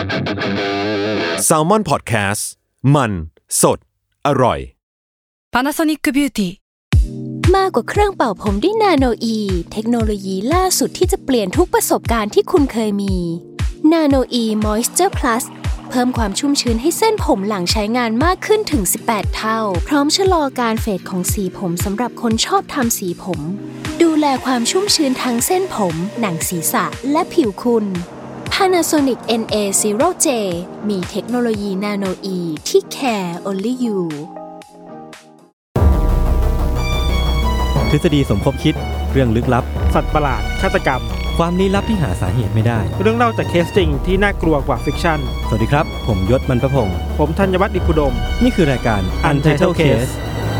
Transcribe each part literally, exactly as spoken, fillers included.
Salmon Podcast มันสดอร่อย Panasonic Beauty มากกว่าเครื่องเป่าผมด้วยนาโนอีเทคโนโลยีล่าสุดที่จะเปลี่ยนทุกประสบการณ์ที่คุณเคยมีนาโนอี Moisture Plus เพิ่มความชุ่มชื้นให้เส้นผมหลังใช้งานมากขึ้นถึงสิบแปดเท่าพร้อมชะลอการเฟดของสีผมสำหรับคนชอบทำสีผมดูแลความชุ่มชื้นทั้งเส้นผมหนังศีรษะและผิวคุณ Panasonic เอ็น เอ ศูนย์ เจ มีเทคโนโลยีนาโนอีที่ care only you ทฤษฎีสมคบคิดเรื่องลึกลับสัตว์ประหลาดฆาตกรรมความลี้ลับที่หาสาเหตุไม่ได้เรื่องเล่าจากเคสจริงที่น่ากลัวกว่าฟิกชั่นสวัสดีครับผมยศมันประพงษ์ผมธัญวัฒน์อิพุดมนี่คือรายการ Untitled Case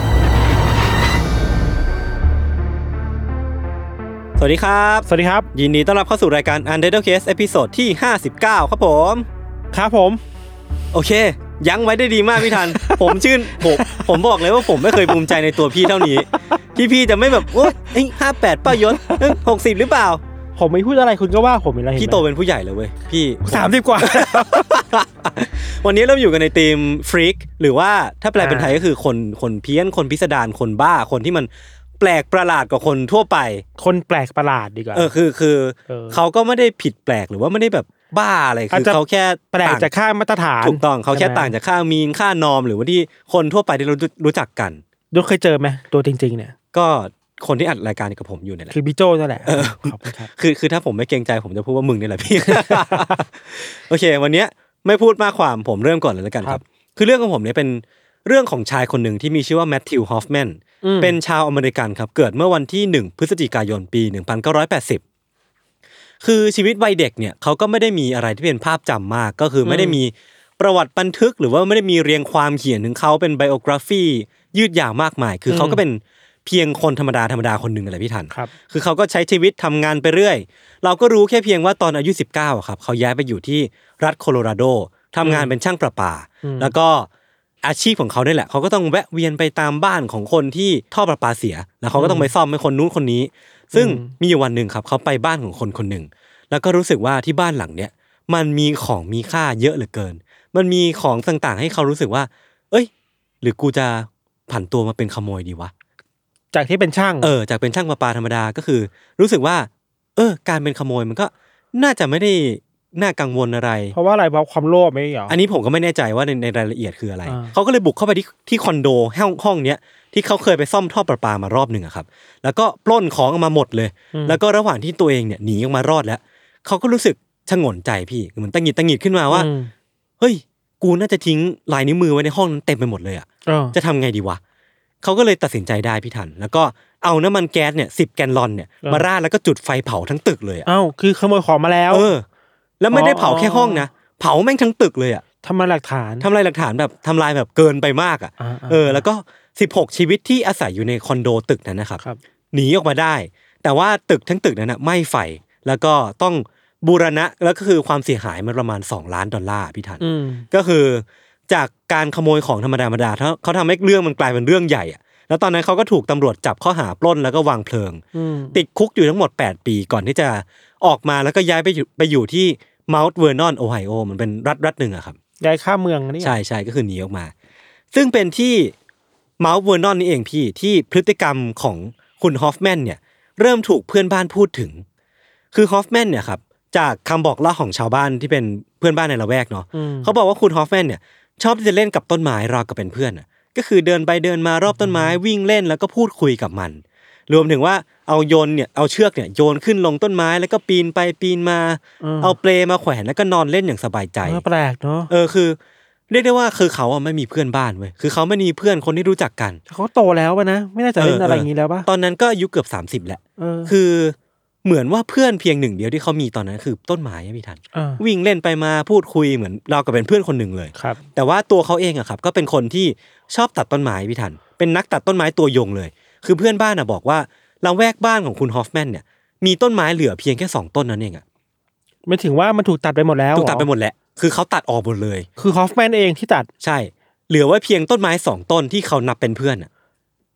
สวัสดีครับสวัสดีครับยินดีต้อนรับเข้าสู่รายการ Untitled Case ตอนที่ห้าสิบเก้าครับผมครับผมโอเคยั้งไว้ได้ดีมากพี่ทัน ผมชื่นผมผมบอกเลยว่าผมไม่เคยภูมิใจในตัวพี่เท่านี้ที่พี่จะไม่แบบโอ๊ยเอ้ยห้าสิบแปดป้ายศเอ้ยหกสิบหรือเปล่าผมไม่พูดอะไรคุณก็ว่าผมเป็นอะไรพี่โตเป็นผู้ใหญ่แล้วเว้ยพี่สามสิบกว่าวันนี้เราอยู่กันในธีมฟรีกหรือว่าถ้าแปลเป็นไทยก็คือคนคนเพี้ยนคนพิสดารคนบ้าคนที่มันแปลกประหลาดกว่าคนทั่วไปคนแปลกประหลาดดีกว่าเออคือคือเขาก็ไม่ได้ผิดแปลกหรือว่าไม่ได้แบบบ้าอะไรคือเขาแค่แปลกจากค่ามาตรฐานถูกต้องเขาแค่ต่างจากค่ามีนค่านอร์มหรือว่าที่คนทั่วไปที่เรารู้จักกันดูเคยเจอไหมตัวจริงๆเนี่ยก็คนที่อัดรายการกับผมอยู่เนี่ยแหละคือพี่โจ้นั่นแหละขอบคุณครับคือคือถ้าผมไม่เกรงใจผมจะพูดว่ามึงนี่แหละพี่ โอเควันนี้ไม่พูดมากความผมเริ่มก่อนเลยแล้วกันครับคือเรื่องของผมเนี่ยเป็นเรื่องของชายคนหนึ่งที่มีชื่อว่าแมทธิวฮอฟแมนเป็นชาวอเมริกันครับเกิดเมื่อวันที่หนึ่งพฤศจิกายนปีหนึ่งพันเก้าร้อยแปดสิบคือชีวิตวัยเด็กเนี่ยเขาก็ไม่ได้มีอะไรที่เป็นภาพจำมากก็คือไม่ได้มีประวัติบันทึกหรือว่าไม่ได้มีเรียงความเขียนถึงเขาเป็นไบโอกราฟียืดยาวมากมายคือเขาก็เป็นเพียงคนธรรมดาธรรมดาคนนึงนั่นแหละพี่ทันคือเขาก็ใช้ชีวิตทำงานไปเรื่อยเราก็รู้แค่เพียงว่าตอนอายุสิบเก้าอ่ะครับเขาย้ายไปอยู่ที่รัฐโคโลราโดทำงานเป็นช่างประปาแล้วก็อาชีพของเขาเนี่ยแหละเขาก็ต้องแวะเวียนไปตามบ้านของคนที่ท่อประปาเสียแล้วเขาก็ต้องไปซ่อมให้คนนู้นคนนี้ซึ่งมีอยู่วันนึงครับเขาไปบ้านของคนคนนึงแล้วก็รู้สึกว่าที่บ้านหลังเนี้ยมันมีของมีค่าเยอะเหลือเกินมันมีของต่างๆให้เขารู้สึกว่าเอ้ยหรือกูจะผันตัวมาเป็นขโมยดีวะจากที่เป็นช่างเออจากเป็นช่างประปาธรรมดาก็คือรู้สึกว่าเออการเป็นขโมยมันก็น่าจะไม่ได้น่ากังวลอะไรเพราะว่าอะไรเพราะความโลภไม่หรออันนี้ผมก็ไม่แน่ใจว่าในในรายละเอียดคืออะไรเขาก็เลยบุกเข้าไปที่ที่คอนโดห้องห้องเนี้ยที่เขาเคยไปซ่อมท่อประปามารอบนึงอะครับแล้วก็ปล้นของออกมาหมดเลยแล้วก็ระหว่างที่ตัวเองเนี่ยหนีออกมารอดแล้วเขาก็รู้สึกชงนใจพี่เหมือนตังหงิดตังหงิดขึ้นมาว่าเฮ้ยกูน่าจะทิ้งลายนิ้วมือไว้ในห้องนั้นเต็มไปหมดเลยอ่ะจะทำไงดีวะเขาก็เลยตัดสินใจได้พี่ทันแล้วก็เอาน้ำมันแก๊สเนี่ยสิบแกลลอนเนี่ยมาราดแล้วก็จุดไฟเผาทั้งตึกเลยอ่ะอ้าวคือขโมยของมาแล้วเออแล้วไม่ได้เผาแค่ห้องนะเผาแม่งทั้งตึกเลยอ่ะทำลายหลักฐานทำลายหลักฐานแบบทำลายแบบเกินไปมากอ่ะเออแล้วก็สิบหกชีวิตที่อาศัยอยู่ในคอนโดตึกนั้นนะครับหนีออกมาได้แต่ว่าตึกทั้งตึกนั้นน่ะไหม้ไฟแล้วก็ต้องบูรณะแล้วก็คือความเสียหายมันประมาณสองล้านดอลลาร์พี่ทันก็คือจากการขโมยของธรรมดาธรรมดาเขาทำให้เรื่องมันกลายเป็นเรื่องใหญ่อะแล้วตอนนั้นเขาก็ถูกตำรวจจับข้อหาปล้นแล้วก็วางเพลิงติดคุกอยู่ทั้งหมดแปดปีก่อนที่จะออกมาแล้วก็ย้ายไปอยู่ไปอยู่ที่เมาท์เวอร์นอนโอไฮโอมันเป็นรัฐรัฐหนึ่งอะครับย้ายข้ามเมืองนี่ใช่ใช่ก็คือหนีออกมาซึ่งเป็นที่เมาท์เวอร์นอนนี่เองพี่ที่พฤติกรรมของคุณฮอฟแมนเนี่ยเริ่มถูกเพื่อนบ้านพูดถึงคือฮอฟแมนเนี่ยครับจากคำบอกเล่าของชาวบ้านที่เป็นเพื่อนบ้านในละแวกเนาะเขาบอกว่าคุณฮอฟแมนเนี่ยชอบที่จะเล่นกับต้นไม้ราวกับเป็นเพื่อนอ่ะก็คือเดินไปเดินมารอบต้นไม้วิ่งเล่นแล้วก็พูดคุยกับมันรวมถึงว่าเอาโยนเนี่ยเอาเชือกเนี่ยโยนขึ้นลงต้นไม้แล้วก็ปีนไปปีนมาเอาเปลมาแขวนแล้วก็นอนเล่นอย่างสบายใจแปลกเนาะเออคือเรียกได้ว่าคือเขาอ่ะไม่มีเพื่อนบ้านเว้ยคือเขาไม่มีเพื่อนคนที่รู้จักกันเขาโตแล้วป่ะนะไม่น่าจะเล่นอะไรอย่างงี้แล้วป่ะตอนนั้นก็อายุเกือบสามสิบแหละคือเหมือนว่าเพื่อนเพียงหนึ่งเดียวที่เขามีตอนนั้นคือต้นไม้พี่ทันวิ่งเล่นไปมาพูดคุยเหมือนเรากับเป็นเพื่อนคนหนึ่งเลยแต่ว่าตัวเขาเองอะครับก็เป็นคนที่ชอบตัดต้นไม้พี่ทันเป็นนักตัดต้นไม้ตัวยงเลยคือเพื่อนบ้านอะบอกว่าละแวกบ้านของคุณฮอฟแมนเนี่ยมีต้นไม้เหลือเพียงแค่สองต้นนั้นเองอะไม่ถึงว่ามันถูกตัดไปหมดแล้วถูกตัดไปหมดแล้วคือเขาตัดออกหมดเลยคือฮอฟแมนเองที่ตัดใช่เหลือไว้เพียงต้นไม้สองต้นที่เขานับเป็นเพื่อนอะ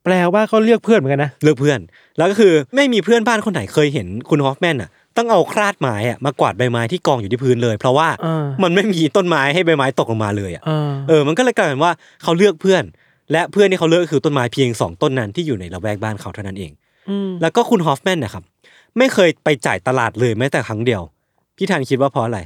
แปลว่าก็เลือกเพื่อนเหมือนกันนะเลือกเพื่อนแล้วก็คือไม่มีเพื่อนบ้านคนไหนเคยเห็นคุณฮอฟแมนอ่ะต้องเอาคราดไม้อ่ะมากวาดใบไม้ที่กองอยู่ที่พื้นเลยเพราะว่ามันไม่มีต้นไม้ให้ใบไม้ตกลงมาเลยอ่ะเออมันก็เลยกลายเป็นว่าเขาเลือกเพื่อนและเพื่อนที่เขาเลือกคือต้นไม้เพียงสองต้นนั้นที่อยู่ในละแวกบ้านเขาเท่านั้นเองแล้วก็คุณฮอฟแมนนะครับไม่เคยไปจ่ายตลาดเลยแม้แต่ครั้งเดียวพี่ธันคิดว่าเพราะอะไร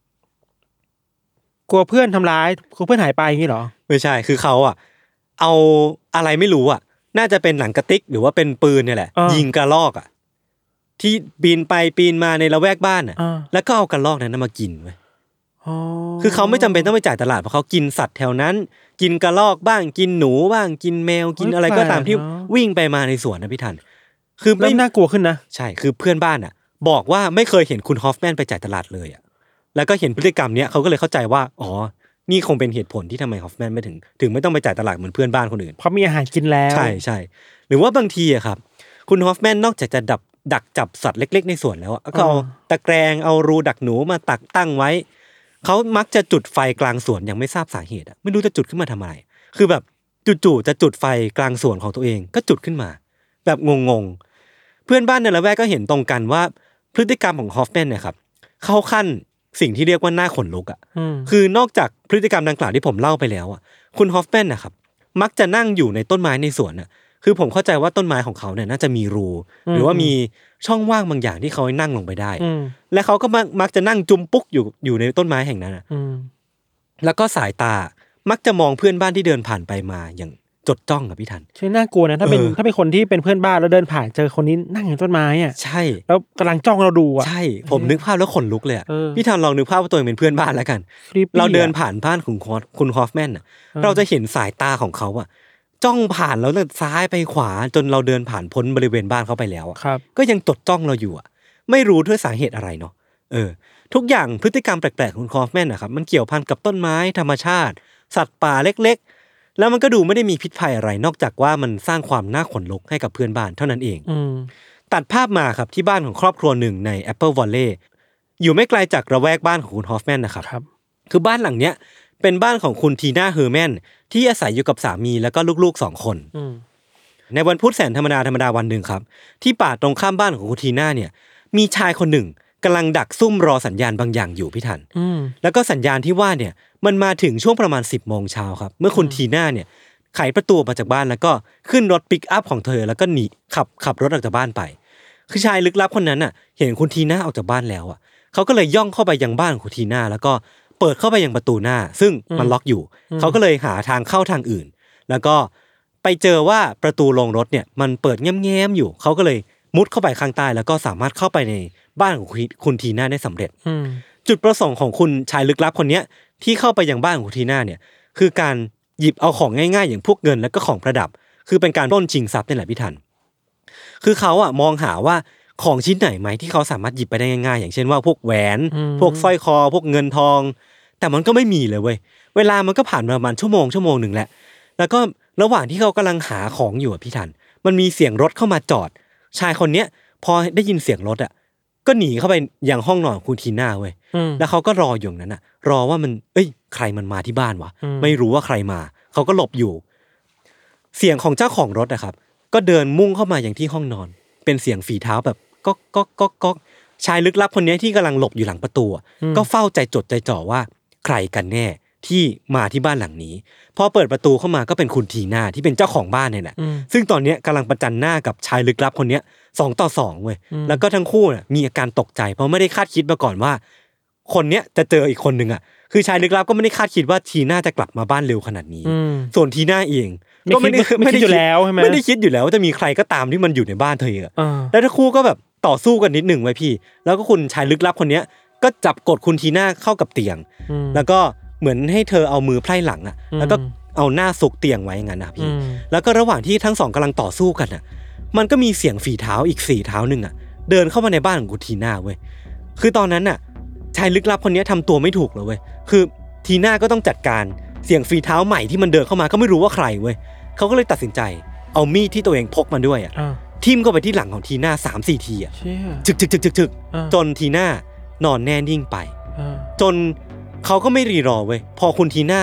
กลัวเพื่อนทำร้ายกลัวเพื่อนหายไปอย่างนี้เหรอไม่ใช่คือเขาอ่ะเอาอะไรไม่รู้อ่ะน่าจะเป็นหนังกระติกหรือว่าเป็นปืนเนี่ยแหละยิงกระรอกอ่ะที่ปีนไปปีนมาในละแวกบ้านอ่ะแล้วก็เอากระรอกนั้นมากินเว้ยคือเขาไม่จำเป็นต้องไปจ่ายตลาดเพราะเขากินสัตว์แถวนั้นกินกระรอกบ้างกินหนูบ้างกินแมวกินอะไรก็ตามที่วิ่งไปมาในสวนนะพี่ทันคือไม่น่ากลัวขึ้นนะใช่คือเพื่อนบ้านอ่ะบอกว่าไม่เคยเห็นคุณฮอฟแมนไปจ่ายตลาดเลยอ่ะแล้วก็เห็นพฤติกรรมเนี้ยเขาก็เลยเข้าใจว่าอ๋อนี่คงเป็นเหตุผลที่ทำไมฮอฟแมนไม่ถึงถึงไม่ต้องไปจ่ายตลาดเหมือนเพื่อนบ้านคนอื่นเพราะมีอาหารกินแล้วใช่ใช่หรือว่าบางทีอะครับคุณฮอฟแมนนอกจากจะดับดักจับสัตว์เล็กๆในสวนแล้วก็เอาตะแกรงเอารูดักหนูมาตักตั้งไว้เขามักจะจุดไฟกลางสวนอย่างไม่ทราบสาเหตุอะไม่รู้จะจุดขึ้นมาทำอะไรคือแบบจู่ๆจะจุดไฟกลางสวนของตัวเองก็จุดขึ้นมาแบบงงๆเพื่อนบ้านในละแวกก็เห็นตรงกันว่าพฤติกรรมของฮอฟแมนเนี่ยครับเข้าขั้นสิ่งที่เรียกว่าหน้าขนลุกอ่ะคือนอกจากพฤติกรรมดังกล่าวที่ผมเล่าไปแล้วอ่ะคุณฮอฟแมนนะครับมักจะนั่งอยู่ในต้นไม้ในสวนอ่ะคือผมเข้าใจว่าต้นไม้ของเขาเนี่ยน่าจะมีรูหรือว่ามีช่องว่างบางอย่างที่เขาให้นั่งลงไปได้และเขาก็มักจะนั่งจุมปุ๊กอยู่อยู่ในต้นไม้แห่งนั้นอ่ะแล้วก็สายตามักจะมองเพื่อนบ้านที่เดินผ่านไปมาอย่างจดจ้องกับพี่ทันใช่น่ากลัวนะถ้าเป็นถ้าเป็นคนที่เป็นเพื่อนบ้านแล้วเดินผ่านเจอคนนี้นั่งอยู่ต้นไม้อ่ะใช่แล้วกำลังจ้องเราดูอ่ะใช่ผมนึกภาพแล้วขนลุกเลยอ่ะพี่ทันลองนึกภาพว่าตัวเองเป็นเพื่อนบ้านแล้วกันเราเดินผ่านบ้านของคุณฮอฟแมนอ่ะเราจะเห็นสายตาของเขาอ่ะจ้องผ่านแล้วซ้ายไปขวาจนเราเดินผ่านพ้นบริเวณบ้านเขาไปแล้วอ่ะก็ยังจดจ้องเราอยู่อ่ะไม่รู้ด้วยสาเหตุอะไรเนาะเออทุกอย่างพฤติกรรมแปลกๆของฮอฟแมนนะครับมันเกี่ยวพันกับต้นไม้ธรรมชาติสัตว์ป่าเล็กๆแล้วมันก็ดูไม่ได้มีพิษภัยอะไรนอกจากว่ามันสร้างความน่าขนลุกให้กับเพื่อนบ้านเท่านั้นเองตัดภาพมาครับที่บ้านของครอบครัวหนึ่งใน Apple Valley อยู่ไม่ไกลจากระแวกบ้านของคุณฮอฟแมนนะครับคือบ้านหลังเนี้ยเป็นบ้านของคุณทีน่าเฮอร์แมนที่อาศัยอยู่กับสามีแล้วก็ลูกๆสองคนในวันพุธแสนธรรมดาธรรมดาวันหนึ่งครับที่ป่าตรงข้ามบ้านของคุณทีน่าเนี่ยมีชายคนหนึ่งกำลังดักซุ่มรอสัญญาณบางอย่างอยู่พี่ทันแล้วก็สัญญาณที่ว่าเนี่ยมันมาถึงช่วงประมาณสิบโมงเช้าครับเมื่อคุณทีน่าเนี่ยไขประตูมาจากบ้านแล้วก็ขึ้นรถปิกอัพของเธอแล้วก็หนีขับขับรถออกจากบ้านไปคือชายลึกลับคนนั้นน่ะเห็นคุณทีน่าออกจากบ้านแล้วอ่ะเขาก็เลยย่องเข้าไปยังบ้านของคุณทีน่าแล้วก็เปิดเข้าไปยังประตูหน้าซึ่งมันล็อกอยู่เขาก็เลยหาทางเข้าทางอื่นแล้วก็ไปเจอว่าประตูโรงรถเนี่ยมันเปิดแง้มๆอยู่เขาก็เลยมุดเข้าไปข้างใต้แล้วก็สามารถเข้าไปในบ้านของคุณทีน่าได้สำเร็จจุดประสงค์ของคุณชายลึกลับคนนี้ที่เข้าไปยังบ้านของคุณทีน่าเนี่ยคือการหยิบเอาของง่ายๆอย่างพวกเงินแล้วก็ของประดับคือเป็นการปล้นชิงทรัพย์นี่แหละพี่ทันคือเขาอ่ะมองหาว่าของชิ้นไหนไหมที่เขาสามารถหยิบไปได้ง่ายๆอย่างเช่นว่าพวกแหวนพวกสร้อยคอพวกเงินทองแต่มันก็ไม่มีเลยเว้ยเวลามันก็ผ่านประมาณชั่วโมงชั่วโมงหนึ่งแหละแล้วก็ระหว่างที่เขากำลังหาของอยู่อ่ะพี่ทันมันมีเสียงรถเข้ามาจอดชายคนเนี้ยพอได้ยินเสียงรถอ่ะก็หนีเข้าไปยังห้องนอนของคุณทีน่าเว้ยแล้วเขาก็รออยู่นั้นน่ะรอว่ามันเอ้ยใครมันมาที่บ้านวะไม่รู้ว่าใครมาเขาก็หลบอยู่เสียงของเจ้าของรถอะครับก็เดินมุ่งเข้ามาอย่างที่ห้องนอนเป็นเสียงฝีเท้าแบบก๊อกก๊อกก๊อกก๊อกชายลึกลับคนนี้ที่กำลังหลบอยู่หลังประตูก็เฝ้าใจจดใจจ่อว่าใครกันแน่ที่มาที่บ้านหลังนี้พอเปิดประตูเข้ามาก็เป็นคุณทีน่าที่เป็นเจ้าของบ้านเนี่ยแหละซึ่งตอนนี้กำลังประจันหน้ากับชายลึกลับคนนี้สองต่อสองเว้ยแล้วก็ทั้งคู่น่ะมีอาการตกใจเพราะไม่ได้คาดคิดมาก่อนว่าคนเนี้ยจะเจออีกคนนึงอ่ะคือชายลึกลับก็ไม่ได้คาดคิดว่าทีน่าจะกลับมาบ้านเร็วขนาดนี้ส่วนทีน่าเองก็ไม่ได้ไม่ได้อยู่แล้วใช่ไหมไม่ได้คิดอยู่แล้วว่าจะมีใครก็ตามที่มันอยู่ในบ้านเธออ่ะแล้วทั้งคู่ก็แบบต่อสู้กันนิดหนึ่งไว้พี่แล้วก็คุณชายลึกลับคนเนี้ยก็จับกดคุณทีน่าเข้ากับเตียงแล้วก็เหมือนให้เธอเอามือไพร่หลังอ่ะแล้วก็เอาหน้าซุกเตียงไว้อย่างนั้นนะพี่แล้วก็ระหว่างที่ทั้งสองกำลังต่อสู้กันอ่ะมันก็มีเสียงฝีเท้าอีกสี่เท้านึงอ่ะเดินเข้ามาในบ้านของคุณทีน่าเว้ยคือตอนนั้นน่ะชายลึกลับคนนี้ทำตัวไม่ถูกเลยเว้ยคือทีน่าก็ต้องจัดการเสียงฝีเท้าใหม่ที่มันเดินเข้ามาก็ไม่รู้ว่าใครเว้ยเขาก็เลยตัดสินใจเอามีดที่ตัวเองพกมาด้วยอ่ะทิ่มเข้าไปที่หลังของทีน่า สามสี่ ทีอ่ะจึกๆๆๆจนทีน่านอนแน่นิ่งไปจนเขาก็ไม่รีรอเว้ยพอคุณทีน่า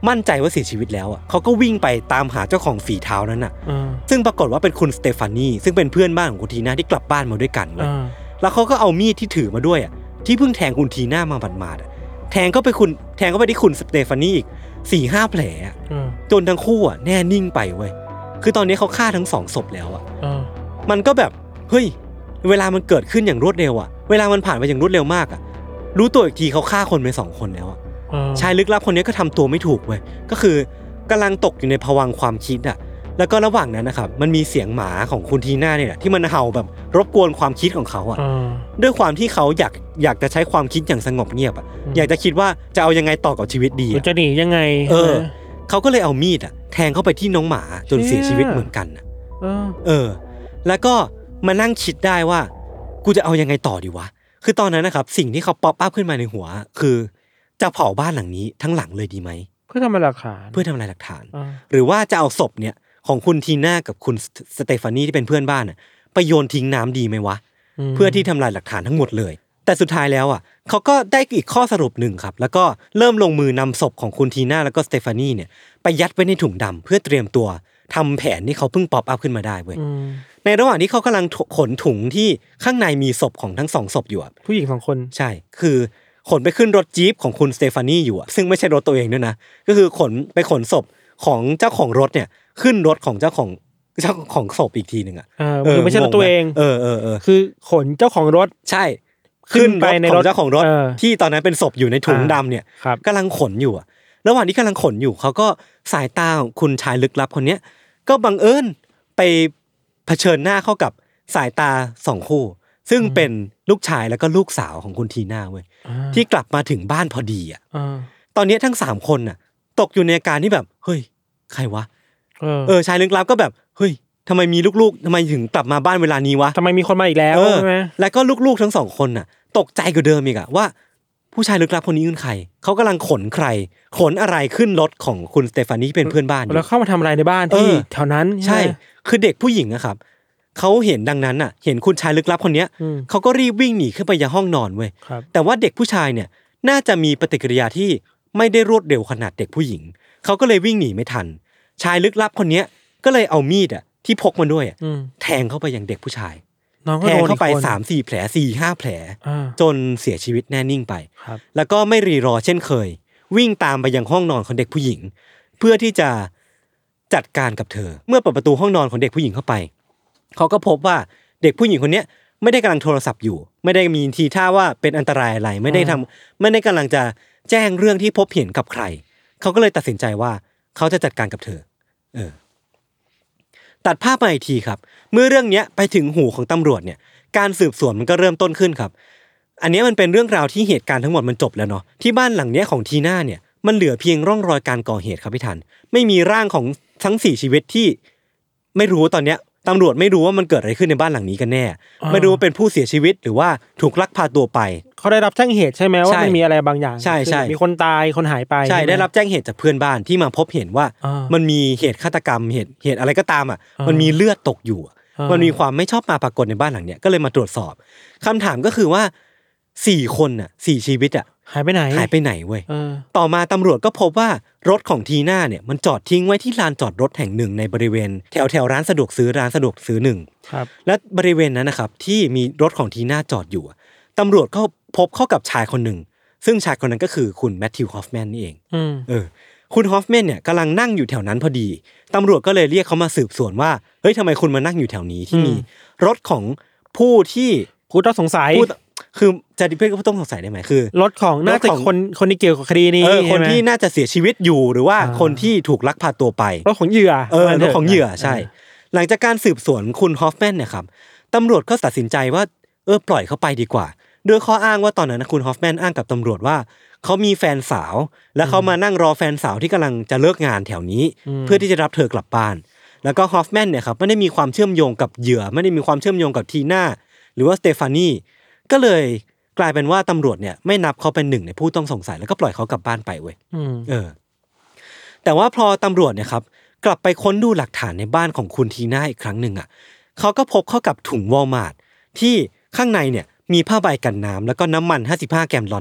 มั่นใจว่าเสียชีวิตแล้วอ่ะเขาก็วิ่งไปตามหาเจ้าของฝีเท้านั้นน่ะซึ่งปรากฏว่าเป็นคุณสเตฟานีซึ่งเป็นเพื่อนบ้านของคุณทีน่าที่กลับบ้านมาด้วยกันเว้ยแล้วเขาก็เอามีดที่ถือมาด้วยอ่ะที่เพิ่งแทงคุณทีน่ามาหมาดๆแทงก็ไปคุณแทงก็ไปที่คุณสเตฟานีอีก สี่ห้า แผลอ่ะจนทั้งคู่อ่ะแน่นิ่งไปเว้ยคือตอนนี้เขาฆ่าทั้งสองศพแล้วอ่ะมันก็แบบเฮ้ยเวลามันเกิดขึ้นอย่างรวดเร็วอ่ะเวลามันผ่านไปอย่างรวดเร็วมากอ่ะรู้ตัวอีกทีเขาฆ่าคนไปสองคนแล้วอ่ะชายลึกลับคนนี้ก็ทำตัวไม่ถูกเว้ยก็คือกำลังตกอยู่ในภวังค์ความคิดอ่ะแล้วก็ระหว่างนั้นนะครับมันมีเสียงหมาของคุณทีน่าเนี่ยแหละที่มันเห่าแบบรบกวนความคิดของเขาอ่ะด้วยความที่เขาอยากอยากจะใช้ความคิดอย่างสงบเงียบอ่ะอยากจะคิดว่าจะเอายังไงต่อกับชีวิตดีจะหนียังไงเออเขาก็เลยเอามีดอ่ะแทงเข้าไปที่น้องหมาจนเสียชีวิตเหมือนกันอ่ะเออแล้วก็มานั่งคิดได้ว่ากูจะเอายังไงต่อดีวะคือตอนนั้นนะครับสิ่งที่เขาป๊อปอัพขึ้นมาในหัวคือจะเผาบ้านหลังนี้ทั้งหลังเลยดีไหมเพื่อทำลายหลักฐานเพื่อทำลายหลักฐานหรือว่าจะเอาศพเนี่ยของคุณทีน่ากับคุณสเตฟานีที่เป็นเพื่อนบ้านน่ะไปโยนทิ้งน้ำดีไหมวะเพื่อที่ทำลายหลักฐานทั้งหมดเลยแต่สุดท้ายแล้วอ่ะเขาก็ได้อีกข้อสรุปหนึ่งครับแล้วก็เริ่มลงมือนำศพของคุณทีน่าแล้วก็สเตฟานีเนี่ยไปยัดไว้ในถุงดำเพื่อเตรียมตัวทำแผนที่เขาเพิ่งป๊อปอัพขึ้นมาได้เว้ยในระหว่างที่เขากำลังขนถุงที่ข้างในมีศพของทั้งสองศพอยู่อ่ะผู้หญิงสองคนใช่คือขนไปขึ้นรถจี๊ปของคุณสเตฟานีอยู่อ่ะซึ่งไม่ใช่รถตัวเองด้วยนะก็คือขนไปขนศพของเจ้าของรถเนี่ยขึ้นรถของเจ้าของเจ้าของศพอีกทีนึงอ่ะเออไม่ใช่รถตัวเองเออเออเออคือขนเจ้าของรถใช่ขึ้นไปในรถเจ้าของรถที่ตอนนั้นเป็นศพอยู่ในถุงดำเนี่ยกำลังขนอยู่อ่ะระหว่างที่กำลังขนอยู่เขาก็สายตาของคุณชายลึกลับคนเนี้ยก็บังเอิญไปเผชิญหน้าเข้ากับสายตาสองคู่ซึ่งเป็นลูกชายแล้วก็ลูกสาวของคุณทีน่าเว้ยที่กลับมาถึงบ้านพอดีอ่ะตอนนี้ทั้งสามคนน่ะตกอยู่ในอาการที่แบบเฮ้ยใครวะเออชายลึกลับก็แบบเฮ้ยทำไมมีลูกๆทำไมถึงกลับมาบ้านเวลานี้วะทำไมมีคนมาอีกแล้วใช่ไหมแล้วก็ลูกๆทั้งสองคนน่ะตกใจกว่าเดิมอีกอะว่าผู้ชายลึกลับคนนี้คือใครเขากำลังขนใครขนอะไรขึ้นรถของคุณสเตฟานีที่เป็นเพื่อนบ้านแล้วเข้ามาทำอะไรในบ้านที่แถวนั้นใช่คือเด็กผู้หญิงอะครับเขาเห็นดังนั้นน่ะเห็นคุณชายลึกลับคนนี้เขาก็รีบวิ่งหนีขึ้นไปยังห้องนอนเว้ยแต่ว่าเด็กผู้ชายเนี่ยน่าจะมีปฏิกิริยาที่ไม่ได้รวดเร็วขนาดเด็กผู้หญิงเขาก็เลยวิ่งหนีไม่ทันชายลึกลับคนนี้ก็เลยเอามีดอ่ะที่พกมาด้วยแทงเข้าไปยังเด็กผู้ชายแทงเข้าไป สามสี่ แผล สี่ห้า แผลจนเสียชีวิตแน่นิ่งไปแล้วก็ไม่รีรอเช่นเคยวิ่งตามไปยังห้องนอนของเด็กผู้หญิงเพื่อที่จะจัดการกับเธอเมื่อเปิดประตูห้องนอนของเด็กผู้หญิงเข้าไปเขาก็พบว่าเด็กผู้หญิงคนนี้ไม่ได้กำลังโทรศัพท์อยู่ไม่ได้มีทีท่าว่าเป็นอันตรายอะไรไม่ได้ทำไม่ได้กำลังจะแจ้งเรื่องที่พบเห็นกับใครเขาก็เลยตัดสินใจว่าเขาจะจัดการกับเธอเออตัดภาพมาอีกทีครับเมื่อเรื่องนี้ไปถึงหูของตำรวจเนี่ยการสืบสวนมันก็เริ่มต้นขึ้นครับอันนี้มันเป็นเรื่องราวที่เหตุการณ์ทั้งหมดมันจบแล้วเนาะที่บ้านหลังนี้ของทีน่าเนี่ยมันเหลือเพียงร่องรอยการก่อเหตุครับพี่ทันไม่มีร่างของทั้งสี่ชีวิตที่ไม่รู้ตอนเนี้ยตำรวจไม่รู้ว่ามันเกิดอะไรขึ้นในบ้านหลังนี้กันแน่ไม่รู้ว่าเป็นผู้เสียชีวิตหรือว่าถูกลักพาตัวไปเขาได้รับแจ้งเหตุใช่ไหมว่ามันมีอะไรบางอย่างใช่ใช่มีคนตายคนหายไปใช่ได้รับแจ้งเหตุจากเพื่อนบ้านที่มาพบเห็นว่ามันมีเหตุฆาตกรรมเหตุเหตุอะไรก็ตามอ่ะมันมีเลือดตกอยู่มันมีความไม่ชอบมาปรากฏในบ้านหลังเนี้ยก็เลยมาตรวจสอบคำถามก็คือว่าสี่คนน่ะสี่ชีวิตอ่ะหายไปไหนหายไปไหนเว้ยต่อมาตำรวจก็พบว่ารถของทีน่าเนี่ยมันจอดทิ้งไว้ที่ลานจอดรถแห่งหนึ่งในบริเวณแถวแถวร้านสะดวกซื้อร้านสะดวกซื้อหนึ่งครับและบริเวณนั้นนะครับที่มีรถของทีน่าจอดอยู่ตำรวจก็พบเข้ากับชายคนหนึ่งซึ่งชายคนนั้นก็คือคุณแมทธิวฮอฟแมนนี่เองเออคุณฮอฟแมนเนี่ยกำลังนั่งอยู่แถวนั้นพอดีตำรวจก็เลยเรียกเขามาสืบสวนว่าเฮ้ยทำไมคุณมานั่งอยู่แถวนี้ที่มีรถของผู้ที่ผู้ต้องสงสัยคือจะดิเพก็ต้องสงสัยได้ไหมคือรถของน่าจะคนคนที่เกี่ยวกับคดีนี้คนที่น่าจะเสียชีวิตอยู่หรือว่าคนที่ถูกลักพาตัวไปรถของเหยื่อเออรถของเหยื่อใช่หลังจากการสืบสวนคุณฮอฟแมนเนี่ยครับตำรวจก็ตัดสินใจว่าเออปล่อยเขาไปดีกว่าโดยข้ออ้างว่าตอนนั้นคุณฮอฟแมนอ้างกับตำรวจว่าเขามีแฟนสาวและเขามานั่งรอแฟนสาวที่กำลังจะเลิกงานแถวนี้เพื่อที่จะรับเธอกลับบ้านแล้วก็ฮอฟแมนเนี่ยครับไม่ได้มีความเชื่อมโยงกับเหยื่อไม่ได้มีความเชื่อมโยงกับทีน่าหรือว่าสเตฟานีก็เลยกลายเป็นว่าตำรวจเนี่ยไม่นับเขาเป็นหนึ่งในผู้ต้องสงสัยแล้วก็ปล่อยเขากลับบ้านไปเว้ยเออแต่ว่าพอตำรวจเนี่ยครับกลับไปค้นดูหลักฐานในบ้านของคุณทีน่าอีกครั้งหนึ่งอ่ะเขาก็พบเข้ากับถุงวอลมาร์ทที่ข้างในเนี่ยมีผ้าใบกันน้ำแล้วก็น้ำมันห้าสิบห้าแกลลอนเนี่ยป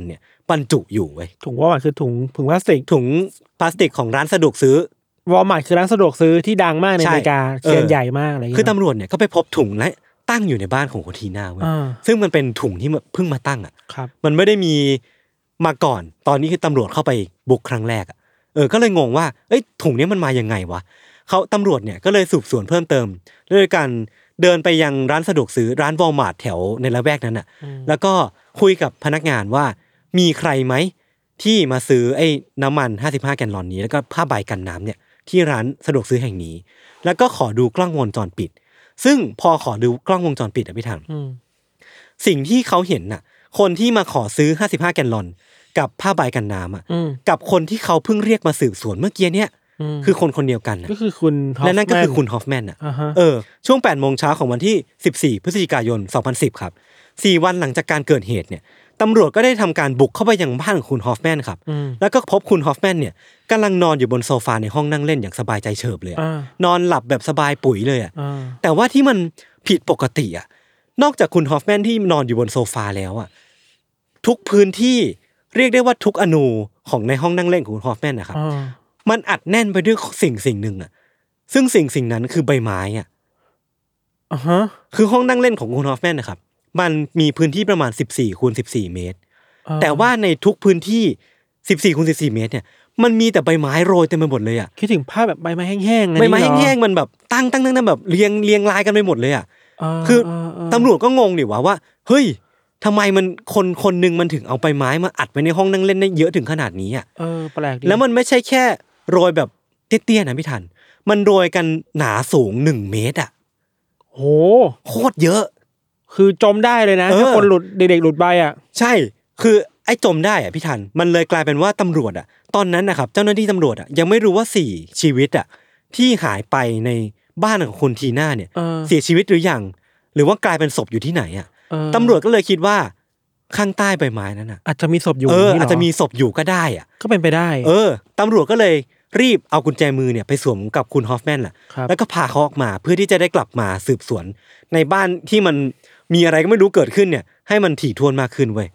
บรรจุอยู่เว้ยถุงวอลมาร์ทคือถุงถุงพลาสติกถุงพลาสติกของร้านสะดวกซื้อวอลมาร์ทคือร้านสะดวกซื้อที่ดังมากในอเมริกาเชียนใหญ่มากอะไรอย่างเงี้ยคือตำรวจเนี่ยก็ไปพบถุงและตั้งอยู่ในบ้านของคุณทีน่าเว้ยซึ่งมันเป็นถุงที่เพิ่งมาตั้งอ่ะมันไม่ได้มีมาก่อนตอนนี้คือตำรวจเข้าไปบุกครั้งแรกอ่ะเออก็เลยงงว่าเอ้ยถุงนี้มันมายังไงวะเขาตำรวจเนี่ยก็เลยสืบสวนเพิ่มเติมด้วยการเดินไปยังร้านสะดวกซื้อร้านวอลมาร์ทแถวในละแวกนั้นอ่ะแล้วก็คุยกับพนักงานว่ามีใครไหมที่มาซื้อไอ้น้ำมันห้าสิบห้าแกลลอนนี้แล้วก็ผ้าใบกันน้ำเนี่ยที่ร้านสะดวกซื้อแห่งนี้แล้วก็ขอดูกล้องวงจรปิดซึ่งพอขอดูกล้องวงจรปิดอ่ะพี่ทันสิ่งที่เขาเห็นน่ะคนที่มาขอซื้อห้าสิบห้าแกลลอนกับผ้าใบกันน้ำอ่ะกับคนที่เขาเพิ่งเรียกมาสืบสวนเมื่อกี้เนี่ยคือคนคนเดียวกันก็คือคุณและนั่นก็คือคุณฮอฟแมนอ่ะเออช่วง แปดโมงเช้าของวันที่สิบสี่พฤศจิกายนสองพันสิบครับสี่วันหลังจากการเกิดเหตุเนี่ยตำรวจก็ได้ทำการบุกเข้าไปยังบ้านของคุณฮอฟแมนครับแล้วก็พบคุณฮอฟแมนเนี่ยกำลังนอนอยู่บนโซฟาในห้องนั่งเล่นอย่างสบายใจเฉิบเลยนอนหลับแบบสบายปุ๋ยเลยอ่ะแต่ว่าที่มันผิดปกติอ่ะนอกจากคุณฮอฟแมนที่นอนอยู่บนโซฟาแล้วอ่ะทุกพื้นที่เรียกได้ว่าทุกอนูของในห้องนั่งเล่นของคุณฮอฟแมนนะครับมันอัดแน่นไปด้วยสิ่งสิ่งหนึ่งอ่ะซึ่งสิ่งสิ่งนั้นคือใบไม้อ่ะอ่าฮะคือห้องนั่งเล่นของคุณฮอฟแมนนะครับมันมีพื้นที่ประมาณสิบสี่คูณสิบสี่เมตรแต่ว่าในทุกพื้นที่สิบสี่คูณสิบสี่เมตรเนี่ยมันมีแต่ใบไม้โรยเต็มไปหมดเลยอ่ะคิดถึงภาพแบบใบไม้แห้งๆใบไม้แห้งๆมันแบบตั้งตั้งตั้งแบบเรียงเรียงรายกันไปหมดเลยอ่ะคือตำรวจก็งงดิว่าว่าเฮ้ยทำไมมันคนคนนึงมันถึงเอาใบไม้มาอัดไว้ในห้องนั่งเล่นได้เยอะถึงขนาดนี้อ่ะเออแปลกดีแล้วมันไม่ใช่แค่โรยแบบเตี้ยๆนะพี่ทันมันโรยกันหนาสูงหนึ่งเมตรอ่ะโหโคตรเยอะคือจมได้เลยนะถ้าคนหลุดเด็กๆหลุดไปอ่ะใช่คือไอ้จมได้อ่ะพี่ทันมันเลยกลายเป็นว่าตำรวจอ่ะตอนนั้นนะครับเจ้าหน้าที่ตำรวจอ่ะยังไม่รู้ว่าสี่ชีวิตอ่ะที่หายไปในบ้านของคุณทีน่าเนี่ยเสียชีวิตหรือยังหรือว่ากลายเป็นศพอยู่ที่ไหนอ่ะตำรวจก็เลยคิดว่าข้างใต้ใบไม้นั้นอ่ะอาจจะมีศพอยู่เอออาจจะมีศพอยู่ก็ได้อ่ะก็เป็นไปได้เออตำรวจก็เลยรีบเอากุญแจมือเนี่ยไปสวมกับคุณฮอฟแมนแหละแล้วก็พาเขาออกมาเพื่อที่จะได้กลับมาสืบสวนในบ้านที่มันมีอะไรก็ไม่รู้เกิดขึ้นเนี่ยให้มันถี่ถ้วนมากขึ้นเว้ย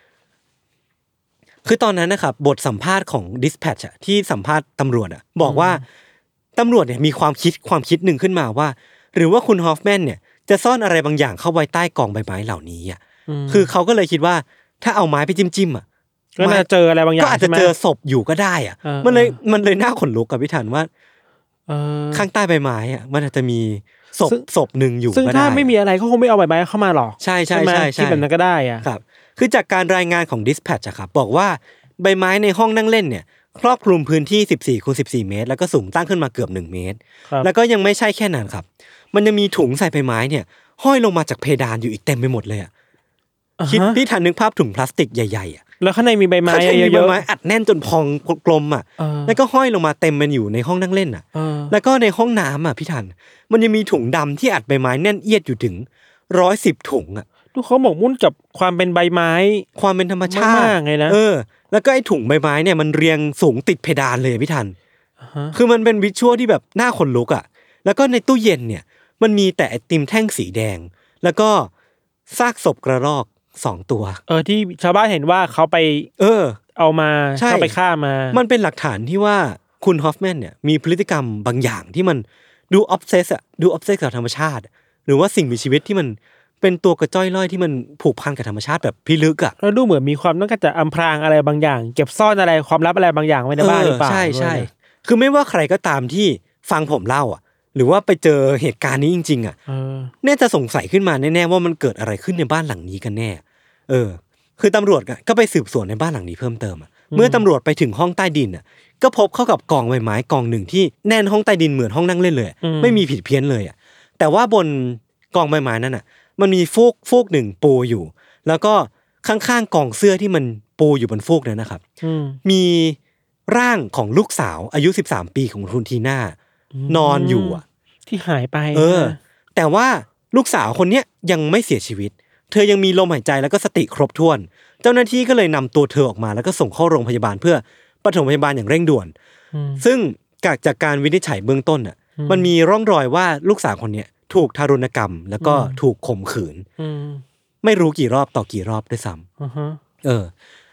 คือตอนนั้นนะครับบทสัมภาษณ์ของ Dispatch อ่ะที่สัมภาษณ์ตำรวจอ่ะบอกว่าตำรวจเนี่ยมีความคิดความคิดหนึ่งขึ้นมาว่าหรือว่าคุณฮอฟแมนเนี่ยจะซ่อนอะไรบางอย่างเข้าไว้ใต้กองใบไม้เหล่านี้อ่ะคือเขาก็เลยคิดว่าถ้าเอาไม้ไปจิ้มๆอ่ะก็น่าจะเจออะไรบางอย่างก็อาจจะเจอศพอยู่ก็ได้อ่ะมันเลยมันเลยน่าขนลุกกับพี่ทันว่าข้างใต้ใบไม้อ่ะมันอาจจะมีศพศพหนึ่งอยู่ก็ได้ซึ่งถ้าไม่มีอะไรเขาคงไม่เอาใบไม้เข้ามาหรอกใช่ใช่ใช่ที่แบบนั้นก็ได้อ่ะครับคือจากการรายงานของ Dispatch อะครับบอกว่าใบไม้ในห้องนั่งเล่นเนี่ยครอบคลุมพื้นที่สิบสี่คูณสิบสี่เมตรแล้วก็สูงตั้งขึ้นมาเกือบหนึ่งเมตรแล้วก็ยังไม่ใช่แค่นั้นครับมันยังมีถุงใส่ใบไม้เนี่ยห้อยลงมาจากเพดานอยู่อีกเต็มไปหมดเลยอ่ะคิดพี่ทันนึกภาพถุงพลาสติกใหญ่ๆอ่ะแล้วข้างในมีใบไม้เยอะๆใบไม้อัดแน่นจนพองกลมอ่ะแล้วก็ห้อยลงมาเต็มมันอยู่ในห้องนั่งเล่นอ่ะแล้วก็ในห้องน้ำอ่ะพี่ทันมันยังมีถุงดำที่อัดใบไม้แน่นเอียดอยู่ถึงร้อยสิบถุงอ่ะทุกเขาหมกมุ่นกับความเป็นใบไม้ความเป็นธรรมชาติไงนะเออแล้วก็ไอ้ถุงใบไม้เนี่ยมันเรียงสูงติดเพดานเลยพี่ทันคือมันเป็นวิชวลที่แบบน่าขนลุกอ่ะแล้วก็ในตู้เย็นเนี่ยมันมีแต่ไอติมแท่งสีแดงแล้วก็ซากศพกระรอกสองตัวเออที่ชาวบ้านเห็นว่าเขาไปเออเอามาเข้าไปฆ่ามามันเป็นหลักฐานที่ว่าคุณฮอฟแมนเนี่ยมีพฤติกรรมบางอย่างที่มันดูออฟเซสอะดูออฟเซสกับธรรมชาติหรือว่าสิ่งมีชีวิตที่มันเป็นตัวกระจ้อยล่อยที่มันผูกพันกับธรรมชาติแบบพิลึกอะแล้วดูเหมือนมีความต้องการจะอำพรางอะไรบางอย่างเก็บซ่อนอะไรความลับอะไรบางอย่างไว้ในบ้านหรือเปล่าใช่ใช่คือไม่ว่าใครก็ตามที่ฟังผมเล่าอะหรือว่าไปเจอเหตุการณ์นี้จริงๆอ่ะแน่จะสงสัยขึ้นมาแน่ๆว่ามันเกิดอะไรขึ้นในบ้านหลังนี้กันแน่เออคือตำรวจก็ไปสืบสวนในบ้านหลังนี้เพิ่มเติมอ่ะเมื่อตำรวจไปถึงห้องใต้ดินอ่ะก็พบเข้ากับกองใบไม้กองหนึ่งที่แน่นห้องใต้ดินเหมือนห้องนั่งเล่นเลยไม่มีผิดเพี้ยนเลยอ่ะแต่ว่าบนกองใบไม้นั้นอ่ะมันมีฟูกฟูกหนึ่งปูอยู่แล้วก็ข้างๆกองเสื้อที่มันปูอยู่บนฟูกนั้นนะครับมีร่างของลูกสาวอายุสิบสามปีของคุณทีน่านอนอยู่อ่ะที่หายไปเออแต่ว่าลูกสาวคนเนี้ยยังไม่เสียชีวิตเธอยังมีลมหายใจแล้วก็สติครบถ้วนเจ้าหน้าที่ก็เลยนำตัวเธอออกมาแล้วก็ส่งเข้าโรงพยาบาลเพื่อปฐมพยาบาลอย่างเร่งด่วนซึ่งจากการวินิจฉัยเบื้องต้นอ่ะมันมีร่องรอยว่าลูกสาวคนเนี้ยถูกทารุณกรรมแล้วก็ถูกข่มขืนไม่รู้กี่รอบต่อกี่รอบด้วยซ้ำเออแ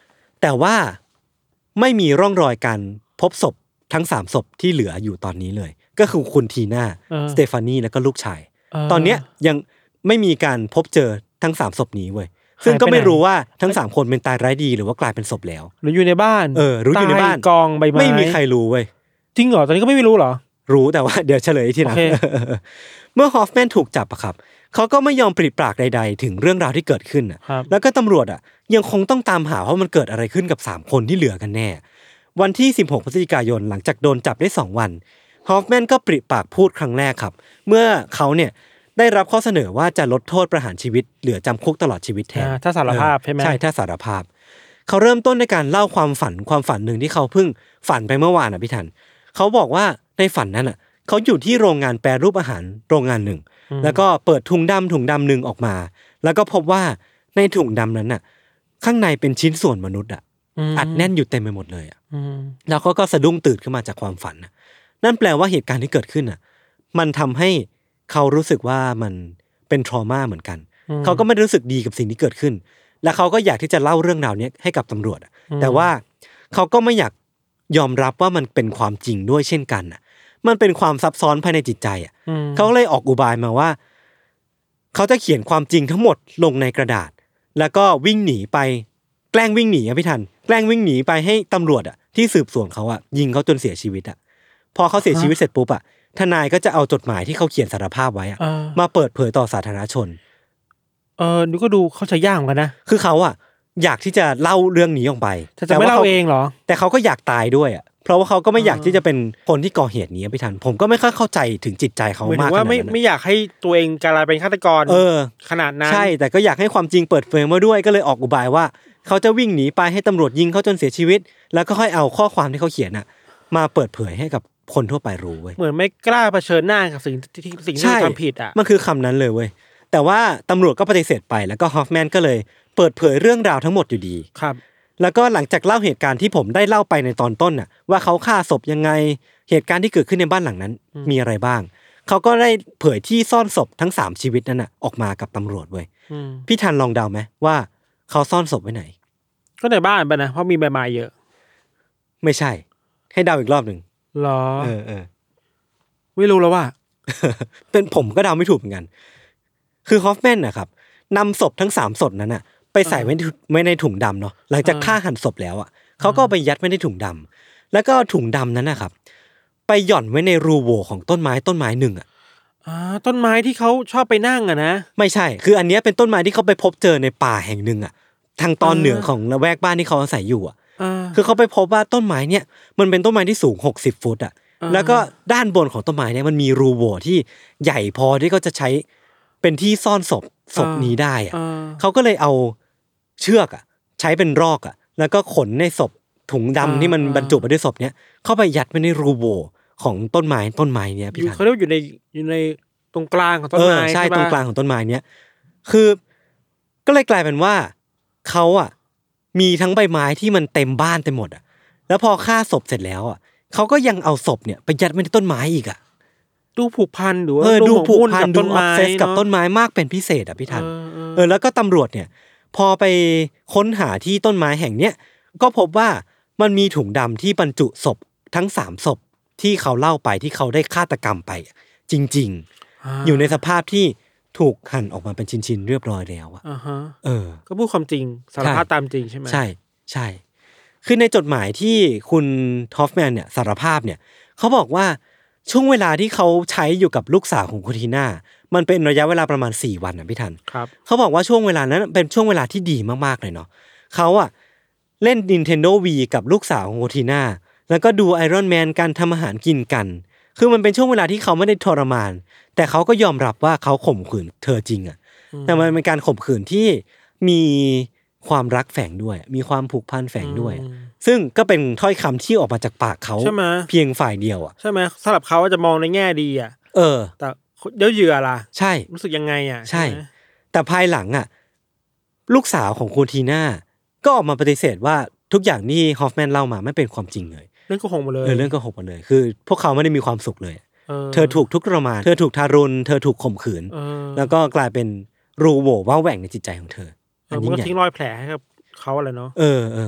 แต่ว่าไม่มีร่องรอยการพบศพทั้งสามศพที่เหลืออยู่ตอนนี้เลยก็คือคุณทีน่าสเตฟานีแล้วก็ลูกชายตอนเนี้ยยังไม่มีการพบเจอทั้งสามศพนี้เว้ยซึ่งก็ไม่รู้ว่าทั้งสามคนเป็นตายไร้ดีหรือว่ากลายเป็นศพแล้วหรืออยู่ในบ้านเออรู้อยู่ในบ้านกองใบไม้ไม่มีใครรู้เว้ยจริงเหรอตอนนี้ก็ไม่รู้เหรอรู้แต่ว่าเดี๋ยวเฉลยทีหลัง เมื่อฮอฟแมนถูกจับอะครับเขาก็ไม่ยอมปริปากใดๆถึงเรื่องราวที่เกิดขึ้นอ่ะแล้วก็ตำรวจอ่ะยังคงต้องตามหาว่ามันเกิดอะไรขึ้นกับสามคนที่เหลือกันแน่วันที่สิบหกพฤศจิกายนหลังจากโดนจับได้สองวันฮอฟแมนก็ปริปากพูดครั้งแรกครับเมื่อเขาเนี่ยได้รับข้อเสนอว่าจะลดโทษประหารชีวิตเหลือจำคุกตลอดชีวิตแทนถ้าสารภาพใช่ไหมใช่ถ้าสารภาพเขาเริ่มต้นในการเล่าความฝันความฝันหนึ่งที่เขาเพิ่งฝันไปเมื่อวานอ่ะพี่ทันเขาบอกว่าในฝันนั้นอ่ะเขาอยู่ที่โรงงานแปรรูปอาหารโรงงานหนึ่งแล้วก็เปิดถุงดำถุงดำหนึ่งออกมาแล้วก็พบว่าในถุงดำนั้นน่ะข้างในเป็นชิ้นส่วนมนุษย์อ่ะอัดแน่นอยู่เต็มไปหมดเลยอ่ะแล้วเขาก็สะดุ้งตื่นขึ้นมาจากความฝันน่ะนั่นแปลว่าเหตุการณ์ที่เกิดขึ้นอ่ะมันทำให้เขารู้สึกว่ามันเป็นทรมาเหมือนกันเขาก็ไม่รู้สึกดีกับสิ่งที่เกิดขึ้นและเขาก็อยากที่จะเล่าเรื่องราวนี้ให้กับตำรวจแต่ว่าเขาก็ไม่อยากยอมรับว่ามันเป็นความจริงด้วยเช่นกันอ่ะมันเป็นความซับซ้อนภายในจิตใจอ่ะเขาเลยออกอุบายมาว่าเขาจะเขียนความจริงทั้งหมดลงในกระดาษแล้วก็วิ่งหนีไปแกล้งวิ่งหนีอ่ะพี่ทันแกล้งวิ่งหนีไปให้ตำรวจอ่ะที่สืบสวนเขาอ่ะยิงเขาจนเสียชีวิตอ่ะพอเขาเสียชีวิตเสร็จปุ๊บอ่ะทนายก็จะเอาจดหมายที่เขาเขียนสารภาพไว้อ่ะมาเปิดเผยต่อสาธารณชนเออดูก็ดูเขาจะยากเหมือนกันนะคือเขาอ่ะอยากที่จะเล่าเรื่องนี้ออกไปแต่ไม่เล่าเองเหรอแต่เขาก็อยากตายด้วยอ่ะเพราะว่าเขาก็ไม่อยากที่จะเป็นคนที่ก่อเหตุนี้พี่ทันผมก็ไม่ค่อยเข้าใจถึงจิตใจเขามากว่าไม่ไม่อยากให้ตัวเองกลายเป็นฆาตกรเออขนาดนั้นใช่แต่ก็อยากให้ความจริงเปิดเผยมาด้วยก็เลยออกอุบายว่าเขาจะวิ่งหนีไปให้ตำรวจยิงเขาจนเสียชีวิตแล้วก็ค่อยเอาข้อความที่เขาเขียนน่ะมาเปิดเผยให้กับคนทั่วไปรู้เว้ยเหมือนไม่กล้าเผชิญหน้ากับสิ่งที่สิ่งที่ทำผิดอ่ะมันคือคำนั้นเลยเว้ยแต่ว่าตำรวจก็ปฏิเสธไปแล้วก็ฮอฟแมนก็เลยเปิดเผยเรื่องราวทั้งหมดอยู่ดีครับแล้วก็หลังจากเล่าเหตุการณ์ที่ผมได้เล่าไปในตอนต้นน่ะว่าเขาฆ่าศพยังไงเหตุการณ์ที่เกิดขึ้นในบ้านหลังนั้นมีอะไรบ้างเขาก็ได้เผยที่ซ่อนศพทั้งสามชีวิตนั้นน่ะออกมากับตำรวจเว้ยพี่ทันลองเดาไหมว่าเขาซ่อนศพไว้ไหนก็ในบ้านไปนะเพราะมีใบไม้เยอะไม่ใช่ให้เดาอีกรอบหนึ่งหรอเออเออไม่รู้แล้วว่าเป็นผมก็เดาไม่ถูกเหมือนกันคือฮอฟแมนนะครับนำศพทั้งสามศพนั้นน่ะไปใส่ไว้ไว้ในถุงดำเนาะหลังจากฆ่าหั่นศพแล้วอ่ะเขาก็ไปยัดไว้ในถุงดำแล้วก็ถุงดำนั้นนะครับไปหย่อนไว้ในรูโหว่ของต้นไม้ต้นไม้หนึ่งอ่ะอ่าต้นไม้ที่เขาชอบไปนั่งอ่ะนะไม่ใช่คืออันนี้เป็นต้นไม้ที่เขาไปพบเจอในป่าแห่งหนึ่งอ่ะทางตอนเหนือของละแวกบ้านที่เขาอาศัยอยู่อ่ะคือเขาไปพบว่าต้นไม้เนี่ยมันเป็นต้นไม้ที่สูงหกสิบฟุตอ่ะแล้วก็ด้านบนของต้นไม้เนี่ยมันมีรูโหว่ที่ใหญ่พอที่เขาจะใช้เป็นที่ซ่อนศพศพนี้ได้อ่ะเขาก็เลยเอาเชือกอ่ะใช้เป็นรอกอ่ะแล้วก็ขนในศพถุงดำที่มันบรรจุไปด้วยศพเนี้ยเข้าไปยัดไว้ในรูโหว่ของต้นไม้ต้นไม้เนี้ยพี่ทันเขาเรียกอยู่ในอยู่ในตรงกลางของต้นไม้ใช่ตรงกลางของต้นไม้เนี้ยคือก็เลยกลายเป็นว่าเขาอ่ะมีทั้งใบไม้ที่มันเต็มบ้านเต็มหมดอ่ะแล้วพอฆ่าศพเสร็จแล้วอ่ะเขาก็ยังเอาศพเนี่ยไปยัดไว้ในต้นไม้อีกอ่ะดูผูกพันหรือว่าดูผูกพันดูออฟเซสกับต้นไม้มากเป็นพิเศษอ่ะพี่ทันเออแล้วก็ตำรวจเนี่ยพอไปค้นหาที่ต้นไม้แห่งเนี้ยก็พบว่ามันมีถุงดำที่บรรจุศพทั้งสามศพที่เขาเล่าไปที่เขาได้ฆาตกรรมไปจริงๆอยู่ในสภาพที่ถูกหั่นออกมาเป็นชิ้นๆเรียบร้อยแล้วอ่ะเออก็พูดความจริงสารภาพตามจริงใช่ไหมใช่ใช่คือในจดหมายที่คุณฮอฟแมนเนี่ยสารภาพเนี่ยเขาบอกว่าช่วงเวลาที่เขาใช้อยู่กับลูกสาวของคุณทีน่ามันเป็นระยะเวลาประมาณสี่วันนะพี่ทันเขาบอกว่าช่วงเวลานั้นเป็นช่วงเวลาที่ดีมากๆเลยเนาะเขาอะเล่น Nintendo Wii กับลูกสาวของคุณทีน่าแล้วก็ดู Iron Man กันทำอาหารกินกันคือมันเป็นช่วงเวลาที่เขาไม่ได้ทรมานแต่เขาก็ยอมรับว่าเขาข่มขืนเธอจริงอะแต่มันเป็นการข่มขืนที่มีความรักแฝงด้วยมีความผูกพันแฝงด้วยซึ่งก็เป็นถ้อยคำที่ออกมาจากปากเขาเพียงฝ่ายเดียวอ่ะใช่ไหมสำหรับเขาจะมองในแง่ดีอ่ะเออแต่เดี๋ยวเหยื่อล่ะใช่รู้สึกยังไงอ่ะใช่แต่ภายหลังอ่ะลูกสาวของคุณทีน่าก็ออกมาปฏิเสธว่าทุกอย่างที่ฮอฟแมนเล่ามาไม่เป็นความจริงเลยเรื่องโกหกหมดเลยเออเรื่องโกหกหมดเลยคือพวกเขาไม่ได้มีความสุขเลยเธอถูกทุกข์ทรมานเธอถูกทารุณเธอถูกข่มขืนแล้วก็กลายเป็นรูโหว่ว่างแหว่งในจิตใจของเธออันนี้ก็ทิ้งรอยแผลให้กับเขาอะไรเนาะเออเออ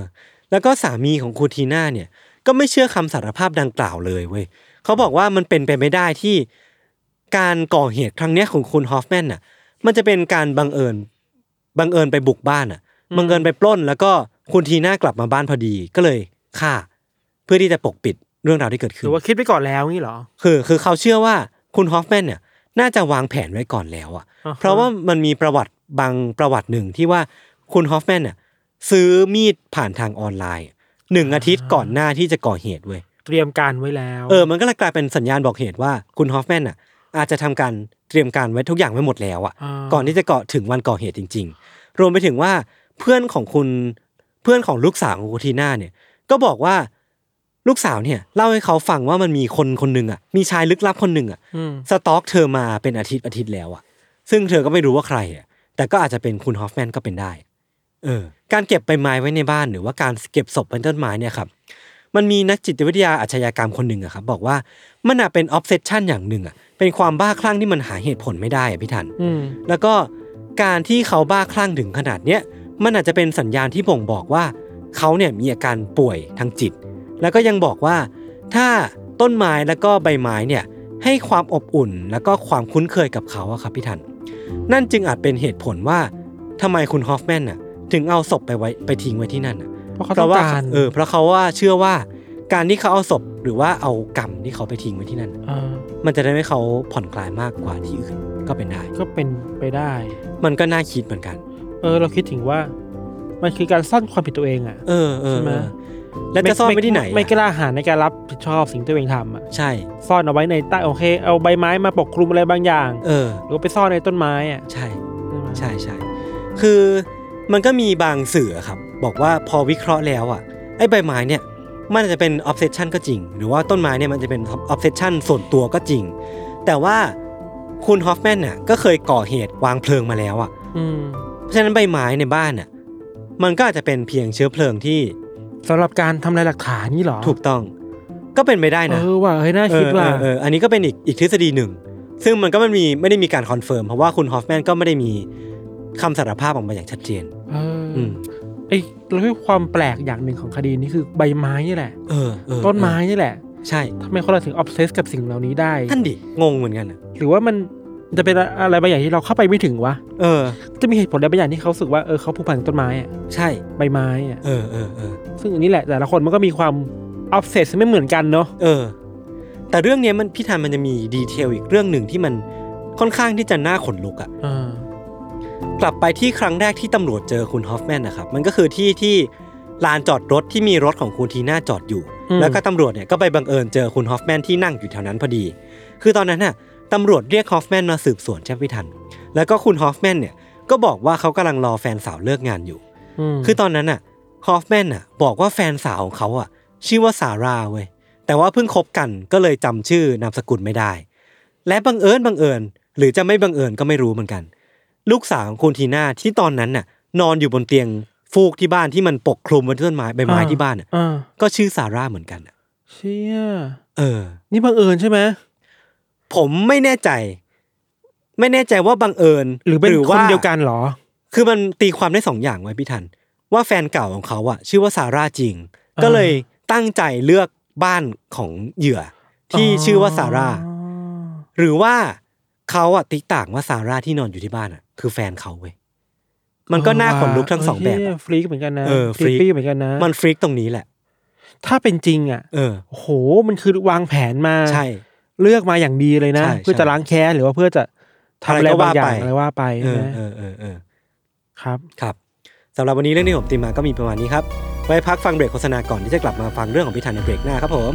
แล้วก็สามีของคุณทีน่าเนี่ยก็ไม่เชื่อคำสารภาพดังกล่าวเลยเว้ยเขาบอกว่ามันเป็นไปไม่ได้ที่การก่อเหตุครั้งนี้ของคุณฮอฟแมนน่ะมันจะเป็นการบังเอิญบังเอิญไปบุกบ้านอ่ะบังเอิญไปปล้นแล้วก็คุณทีน่ากลับมาบ้านพอดีก็เลยฆ่าเพื่อที่จะปกปิดเรื่องราวที่เกิดขึ้นหรือว่าคิดไว้ก่อนแล้วงี้เหรอคือคือเขาเชื่อว่าคุณฮอฟแมนเนี่ยน่าจะวางแผนไว้ก่อนแล้วอ่ะ uh-huh. เพราะว่ามันมีประวัติบางประวัติหนึ่งที่ว่าคุณฮอฟแมนเนี่ยซื้อมีดผ่านทางออนไลน์หนึ่งอาทิตย์ก่อนหน้าที่จะก่อเหตุเว้ยเตรียมการไว้แล้วเออมันก็เลยกลายเป็นสัญญาณบอกเหตุว่าคุณฮอฟแมนน่ะอาจจะทำการเตรียมการไว้ทุกอย่างไว้หมดแล้วอ่ะก่อนที่จะเกาะถึงวันก่อเหตุจริงๆรวมไปถึงว่าเพื่อนของคุณเพื่อนของลูกสาวของคุณทีน่าเนี่ยก็บอกว่าลูกสาวเนี่ยเล่าให้เขาฟังว่ามันมีคนคนนึงอ่ะมีชายลึกลับคนนึงอ่ะสต็อกเธอมาเป็นอาทิตย์อาทิตย์แล้วอ่ะซึ่งเธอก็ไม่รู้ว่าใครอ่ะแต่ก็อาจจะเป็นคุณฮอฟแมนก็เป็นได้เออการเก็บใบไม้ไว้ในบ้านหรือว่าการเก็บศพบนต้นไม้เนี่ยครับมันมีนักจิตวิทยาอาชญากรรมคนหนึ่งอะครับบอกว่ามันน่ะเป็นออฟเซสชั่นอย่างหนึ่งอะเป็นความบ้าคลั่งที่มันหาเหตุผลไม่ได้อะพี่ทันแล้วก็การที่เขาบ้าคลั่งถึงขนาดเนี้ยมันอาจจะเป็นสัญญาณที่บ่งบอกว่าเขาเนี่ยมีอาการป่วยทางจิตแล้วก็ยังบอกว่าถ้าต้นไม้แล้วก็ใบไม้เนี่ยให้ความอบอุ่นแล้วก็ความคุ้นเคยกับเขาอะครับพี่ทันนั่นจึงอาจเป็นเหตุผลว่าทำไมคุณฮอฟแมนน่ะถึงเอาศพไปไว้ไปทิ้งไว้ที่นั่นน่ะเพราะเขาต้องการเออเพราะเขาว่าเชื่อว่าการที่เขาเอาศพหรือว่าเอากรรมที่เขาไปทิ้งไว้ที่นั่นมันจะได้ให้เขาผ่อนคลายมากกว่าที่อื่นก็เป็นได้ก็เป็นไปได้มันก็น่าคิดเหมือนกันเออเราคิดถึงว่ามันคือการซ่อนความผิดตัวเองอ่ะเออใช่ไหมแล้วจะซ่อนไว้ที่ไหนไม่กล้าหาญในการรับผิดชอบสิ่งที่ตัวเองทำอ่ะใช่ซ่อนเอาไว้ในใต้โอเคเอาใบไม้มาปกคลุมอะไรบางอย่างเออหรือไปซ่อนในต้นไม้อ่ะใช่ใช่ใช่คือมันก็มีบางสื่อครับบอกว่าพอวิเคราะห์แล้วอ่ะไอ้ใบไม้เนี่ยมันจะเป็นออฟเซสชันก็จริงหรือว่าต้นไม้เนี่ยมันจะเป็นออฟเซสชันส่วนตัวก็จริงแต่ว่าคุณฮอฟแมนน่ะก็เคยก่อเหตุวางเพลิงมาแล้วอ่ะเพราะฉะนั้นใบไม้ในบ้านน่ะมันก็อาจจะเป็นเพียงเชื้อเพลิงที่สำหรับการทำลายหลักฐานนี่หรอถูกต้องก็เป็นไปได้นะเออว่ะเฮ้ยน่าคิดว่าเอออันนี้ก็เป็นอีกอีกทฤษฎีหนึ่งซึ่งมันก็ไม่มีไม่ได้มีการคอนเฟิร์มเพราะว่าคุณฮอฟแมนก็ไม่ได้มีคำสารภาพออกมาอย่างชัดเจนเออไอ้แล้วความแปลกอย่างหนึ่งของคดีนี้คือใบไม้นี่แหละเออต้นไม้นี่แหละใช่ทำไมคนเราถึงออฟเซสกับสิ่งเหล่านี้ได้ท่านดิงงเหมือนกันหรือว่ามันจะเป็นอะไรบางอย่างที่เราเข้าไปไม่ถึงวะเออจะมีเหตุผลอะไรบางอย่างที่เขาสึกว่าเออเขาผูกพันกับต้นไม้อ่ะใช่ใบไม้อ่ะเออเออเออซึ่งอันนี้แหละแต่ละคนมันก็มีความออฟเซสไม่เหมือนกันเนาะเออแต่เรื่องนี้มันพี่ธันมันจะมีดีเทลอีกเรื่องหนึ่งที่มันค่อนข้างที่จะน่าขนลุกอ่ะกลับไปที่ครั้งแรกที่ตำรวจเจอคุณฮอฟแมนนะครับมันก็คือที่ที่ลานจอดรถที่มีรถของคุณทีน่าจอดอยู่แล้วก็ตำรวจเนี่ยก็ไปบังเอิญเจอคุณฮอฟแมนที่นั่งอยู่แถวนั้นพอดีคือตอนนั้นน่ะตำรวจเรียกฮอฟแมนมาสืบสวนใช่ไหมพี่ทันแล้วก็คุณฮอฟแมนเนี่ยก็บอกว่าเขากำลังรอแฟนสาวเลิกงานอยู่คือตอนนั้นน่ะฮอฟแมนน่ะบอกว่าแฟนสาวของเขาอ่ะชื่อว่าซาร่าเว้ยแต่ว่าเพิ่งคบกันก็เลยจำชื่อนามสกุลไม่ได้และบังเอิญบังเอิญหรือจะไม่บังเอิญก็ไม่รู้เหมือนกันลูกสาวของคุณทีน่าที่ตอนนั้นน่ะนอนอยู่บนเตียงฟูกที่บ้านที่มันปกคลุมบนต้นไม้ใบไม้ที่บ้านอ่ะก็ชื่อซาร่าเหมือนกันอ่ะเชี่ยเออนี่บังเอิญใช่ไหมผมไม่แน่ใจไม่แน่ใจว่าบังเอิญหรือเป็นคนเดียวกันหรอคือมันตีความได้สองอย่างไว้พี่ทันว่าแฟนเก่าของเขาอ่ะชื่อว่าซาร่าจริงก็เลยตั้งใจเลือกบ้านของเหยื่อที่ชื่อว่าซาร่าหรือว่าเขาอ่ะติ๊กต่างว่าซาร่าที่นอนอยู่ที่บ้านอ่ะคือแฟนเขาเว้ยมันก็น่าขนลุกทั้งสองแบบฟรีกเหมือนกันนะเออฟรีกเหมือนกันนะมันฟรีกตรงนี้แหละถ้าเป็นจริงอ่ะเออโหมันคือวางแผนมาใช่เลือกมาอย่างดีเลยนะเพื่อจะล้างแค้นหรือว่าเพื่อจะทำอะไรบางอย่างอะไรว่าไปเออเออเออเออครับครับสำหรับวันนี้เรื่องที่ผมตีมาก็มีประมาณนี้ครับไว้พักฟังเบรกโฆษณาก่อนที่จะกลับมาฟังเรื่องของพี่ทันในเบรกหน้าครับผม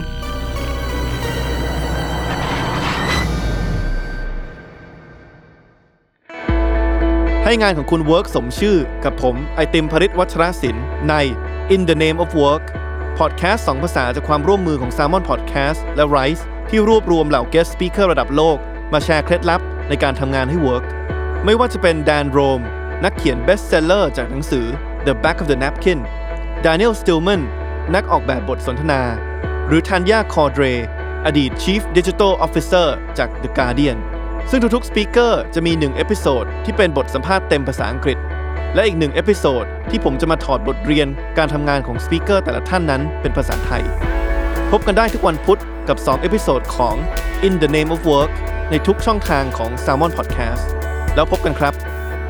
ให้งานของคุณเวิร์กสมชื่อกับผมไอติมภริษฐ์วัชรศิลป์ใน In the Name of Work พอดแคสต์สองภาษาจากความร่วมมือของ Salmon Podcast และ Rise ที่รวบรวมเหล่า guest speaker ระดับโลกมาแชร์เคล็ดลับในการทำงานให้ work ไม่ว่าจะเป็นแดนโรมนักเขียน bestseller จากหนังสือ The Back of the Napkin Daniel Stillman นักออกแบบบทสนทนาหรือธัญญาคอร์เดรอดีต Chief Digital Officer จาก The Guardian ซึ่งทุกๆ speaker จะมีหนึ่งเอพิโซดที่เป็นบทสัมภาษณ์เต็มภาษาอังกฤษและอีกหนึ่งเอพิโซดที่ผมจะมาถอดบทเรียนการทำงานของสปีกเกอร์แต่ละท่านนั้นเป็นภาษาไทยพบกันได้ทุกวันพุธกับสองเอพิโซดของ In the Name of Work ในทุกช่องทางของ Salmon Podcast แล้วพบกันครับ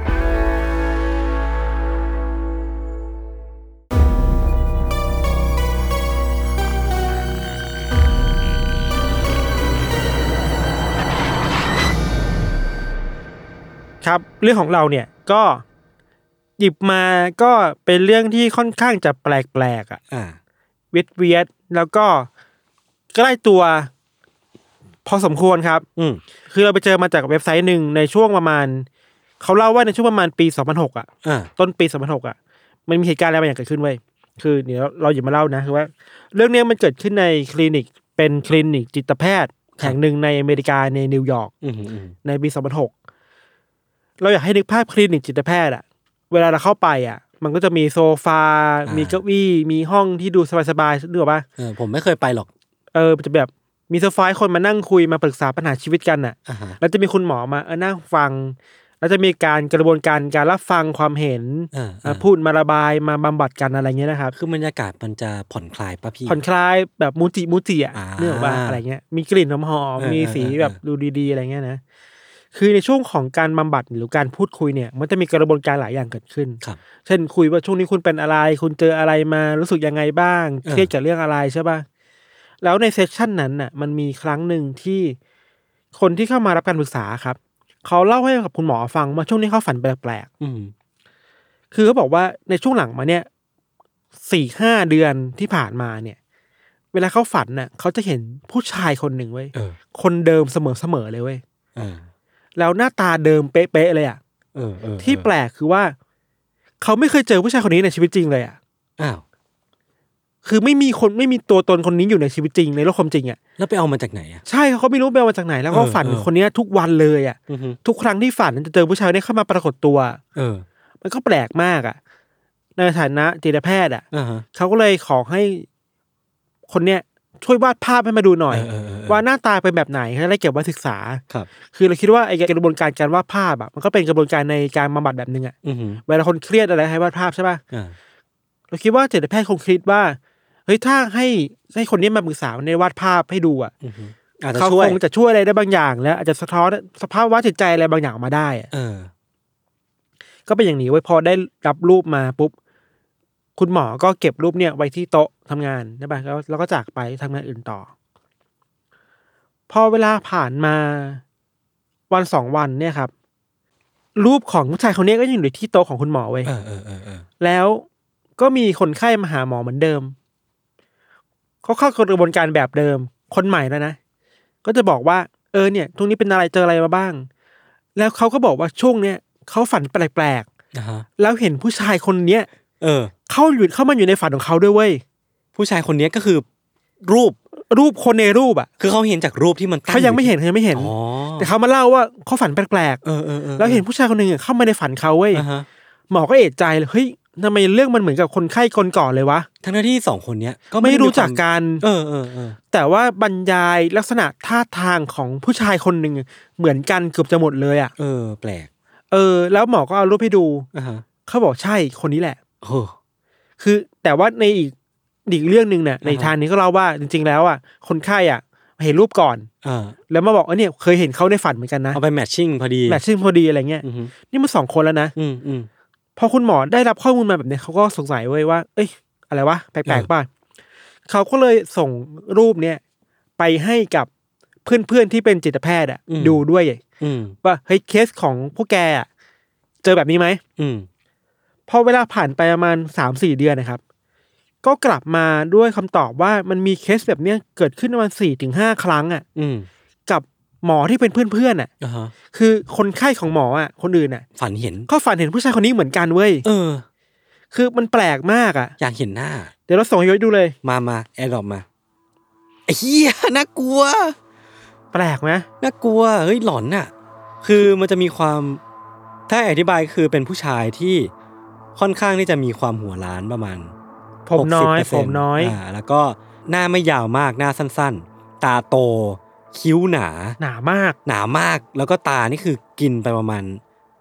ครับเรื่องของเราเนี่ยก็หยิบมาก็เป็นเรื่องที่ค่อนข้างจะแปลกๆอ่ะอ่าเวียดเวียดแล้วก็ใกล้ตัวพอสมควรครับอืมคือเราไปเจอมาจากเว็บไซต์หนึ่งในช่วงประมาณเขาเล่าว่าในช่วงประมาณปีสองพันหกอ่ะต้นปีสองพันหกอ่ะมันมีเหตุการณ์อะไรบางอย่างเกิดขึ้นเว้ยคือเดี๋ยวเราหยิบมาเล่านะคือว่าเรื่องนี้มันเกิดขึ้นในคลินิกเป็นคลินิกจิตแพทย์แห่งหนึ่งในอเมริกาในนิวยอร์กในปีสองพันหกเราอยากให้นึกภาพคลินิกจิตแพทย์อ่ะเวลาเราเข้าไปอ่ะมันก็จะมีโซฟามีเก้าอี้มีห้องที่ดูสบายๆนึกออกป่ะเออผมไม่เคยไปหรอกเออมันจะแบบมีโซฟาให้คนมานั่งคุยมาปรึกษาปัญหาชีวิตกันน่ะแล้วจะมีคุณหมอมาเออนั่งฟังแล้วจะมีการกระบวนการการรับฟังความเห็นพูดมาระบายมาบำบัดกันอะไรเงี้ยนะครับคือบรรยากาศมันจะผ่อนคลายป่ะพี่ผ่อนคลายแบบมูจิมูจิอ่ะนึกออกป่ะอะไรเงี้ยมีกลิ่นหอมๆมีสีแบบดูดีๆอะไรเงี้ยนะคือในช่วงของการบำบัดหรือการพูดคุยเนี่ยมันจะมีกระบวนการหลายอย่างเกิดขึ้นเช่นคุยว่าช่วงนี้คุณเป็นอะไรคุณเจออะไรมารู้สึกยังไงบ้างเครียดกับเรื่องอะไรใช่ป่ะแล้วในเซสชันนั้นน่ะมันมีครั้งหนึ่งที่คนที่เข้ามารับการปรึกษาครับเขาเล่าให้กับคุณหมอฟังว่าช่วงนี้เขาฝันแปลกๆคือเขาบอกว่าในช่วงหลังมาเนี่ยสี่ห้าเดือนที่ผ่านมาเนี่ยเวลาเขาฝันน่ะเขาจะเห็นผู้ชายคนหนึ่งเว้ยคนเดิมเสมอๆเลยเว้ยแล้วหน้าตาเดิมเป๊ะๆเลยอ่ะที่แปลกคือว่าเขาไม่เคยเจอผู้ชายคนนี้ในชีวิตจริงเลยอ่ะอ้าวคือไม่มีคนไม่มีตัวตนคนนี้อยู่ในชีวิตจริงในโลกความจริงอ่ะแล้วไปเอามาจากไหนอ่ะใช่เขาไม่รู้ไปเอามาจากไหนแล้วก็ฝันคนนี้ทุกวันเลยอ่ะทุกครั้งที่ฝันจะเจอผู้ชายนี้เข้ามาปรากฏตัวเออมันก็แปลกมากอ่ะในฐานะจิตแพทย์อ่ะเขาก็เลยขอให้คนเนี้ยช่วยวาดภาพให้มาดูหน่อยว่าหน้าตาเป็นแบบไหนให้ได้เก็บไว้ศึกษาครับคือเราคิดว่าไอ้กระบวนการการวาดภาพอ่ะมันก็เป็นกระบวนการในการบำบัดแบบนึงอ่ะเวลาคนเครียดอะไรให้วาดภาพใช่ป่ะเราคิดว่าจิตแพทย์คงคิดว่าเฮ้ยถ้าให้ให้คนนี้มาปรึกษาในวาดภาพให้ดูอ่ะเขาคงจะช่วยอะไรได้บางอย่างแล้วอาจจะสะท้อนสภาพว่าจิตใจอะไรบางอย่างมาได้อ่ะก็เป็นอย่างนี้ไว้พอได้รับรูปมาปุ๊บคุณหมอก็เก็บรูปเนี่ยไว้ที่โต๊ะทำงานใช่ป่ะแล้วแล้วก็จากไปทำงานอื่นต่อพอเวลาผ่านมาวันสองวันเนี่ยครับรูปของผู้ชายคนนี้ก็ยังอยู่ที่โต๊ะของคุณหมอไว้แล้วก็มีคนไข้มาหาหมอเหมือนเดิมเขาเข้ากระบวนการแบบเดิมคนใหม่แล้วนะก็จะบอกว่าเออเนี่ยช่วงนี้เป็นอะไรเจออะไรมาบ้างแล้วเขาก็บอกว่าช่วงเนี้ยเขาฝันแปลกๆแล้วเห็นผู้ชายคนเนี้ยเออเข้าอยู่เข้ามาอยู่ในฝันของเขาด้วยเว้ยผู้ชายคนนี้ก็คือรูปรูปคนในรูปอ่ะคือเขาเห็นจากรูปที่มันเขายังไม่เห็นเขายังไม่เห็นแต่เขามาเล่าว่าเขาฝันแปลกๆเออๆๆแล้วเห็นผู้ชายคนนึงเข้ามาในฝันเขาเว้ยหมอก็เอะใจเลยเฮ้ยทำไมเรื่องมันเหมือนกับคนไข้คนก่อนเลยวะทั้งที่สองคนเนี้ยก็ไม่รู้จักกันเออเออเออแต่ว่าบรรยายลักษณะท่าทางของผู้ชายคนหนึ่งเหมือนกันเกือบจะหมดเลยอ่ะเออแปลกเออแล้วหมอก็เอารูปให้ดูเขาบอกใช่คนนี้แหละโอ้คือแต่ว่าในอีกอีกเรื่องนึงเนี่ยในทางนี้ก็เล่าว่าจริงๆแล้วอ่ะคนไข้อ่ะเห็นรูปก่อนอ่าแล้วมาบอกว่าเนี่ยเคยเห็นเขาในฝันเหมือนกันนะเอาไปแมทชิ่งพอดีแมทชิ่งพอดีอะไรเงี้ยนี่มันสองคนแล้วนะอืมอืมพอคุณหมอได้รับข้อมูลมาแบบนี้เขาก็สงสัยเว้ยว่าเอ้ยอะไรวะแปลกๆป่ะเขาก็เลยส่งรูปเนี่ยไปให้กับเพื่อนๆที่เป็นจิตแพทย์อ่ะดูด้วยว่าเฮ้ยเคสของพวกแกอ่ะเจอแบบนี้ไหมพอเวลาผ่านไปประมาณ สามถึงสี่ เดือนนะครับก็กลับมาด้วยคำตอบว่ามันมีเคสแบบนี้เกิดขึ้นประมาณ สี่ถึงห้า ครั้งอ่ะกับหมอที่เป็นเพื่อนๆอ่ะคือคนไข้ของหมออ่ะคนอื่นอ่ะฝันเห็นก็ฝันเห็นผู้ชายคนนี้เหมือนกันเว้ยเออคือมันแปลกมากอ่ะอยากเห็นหน้าเดี๋ยวเราส่งให้ย้อยดูเลยมามาแอร์ดรอปมาไอ้เหี้ยน่ากลัวแปลกไหมน่ากลัวเฮ้ยหลอนอ่ะคือมันจะมีความถ้าอธิบายคือเป็นผู้ชายที่ค่อนข้างที่จะมีความหัวล้านประมาณผมน้อยผมน้อยอ่าแล้วก็หน้าไม่ยาวมากหน้าสั้นๆตาโตคิ้วหนาหนามากหนามากแล้วก็ตานี่คือกินไปประมาณ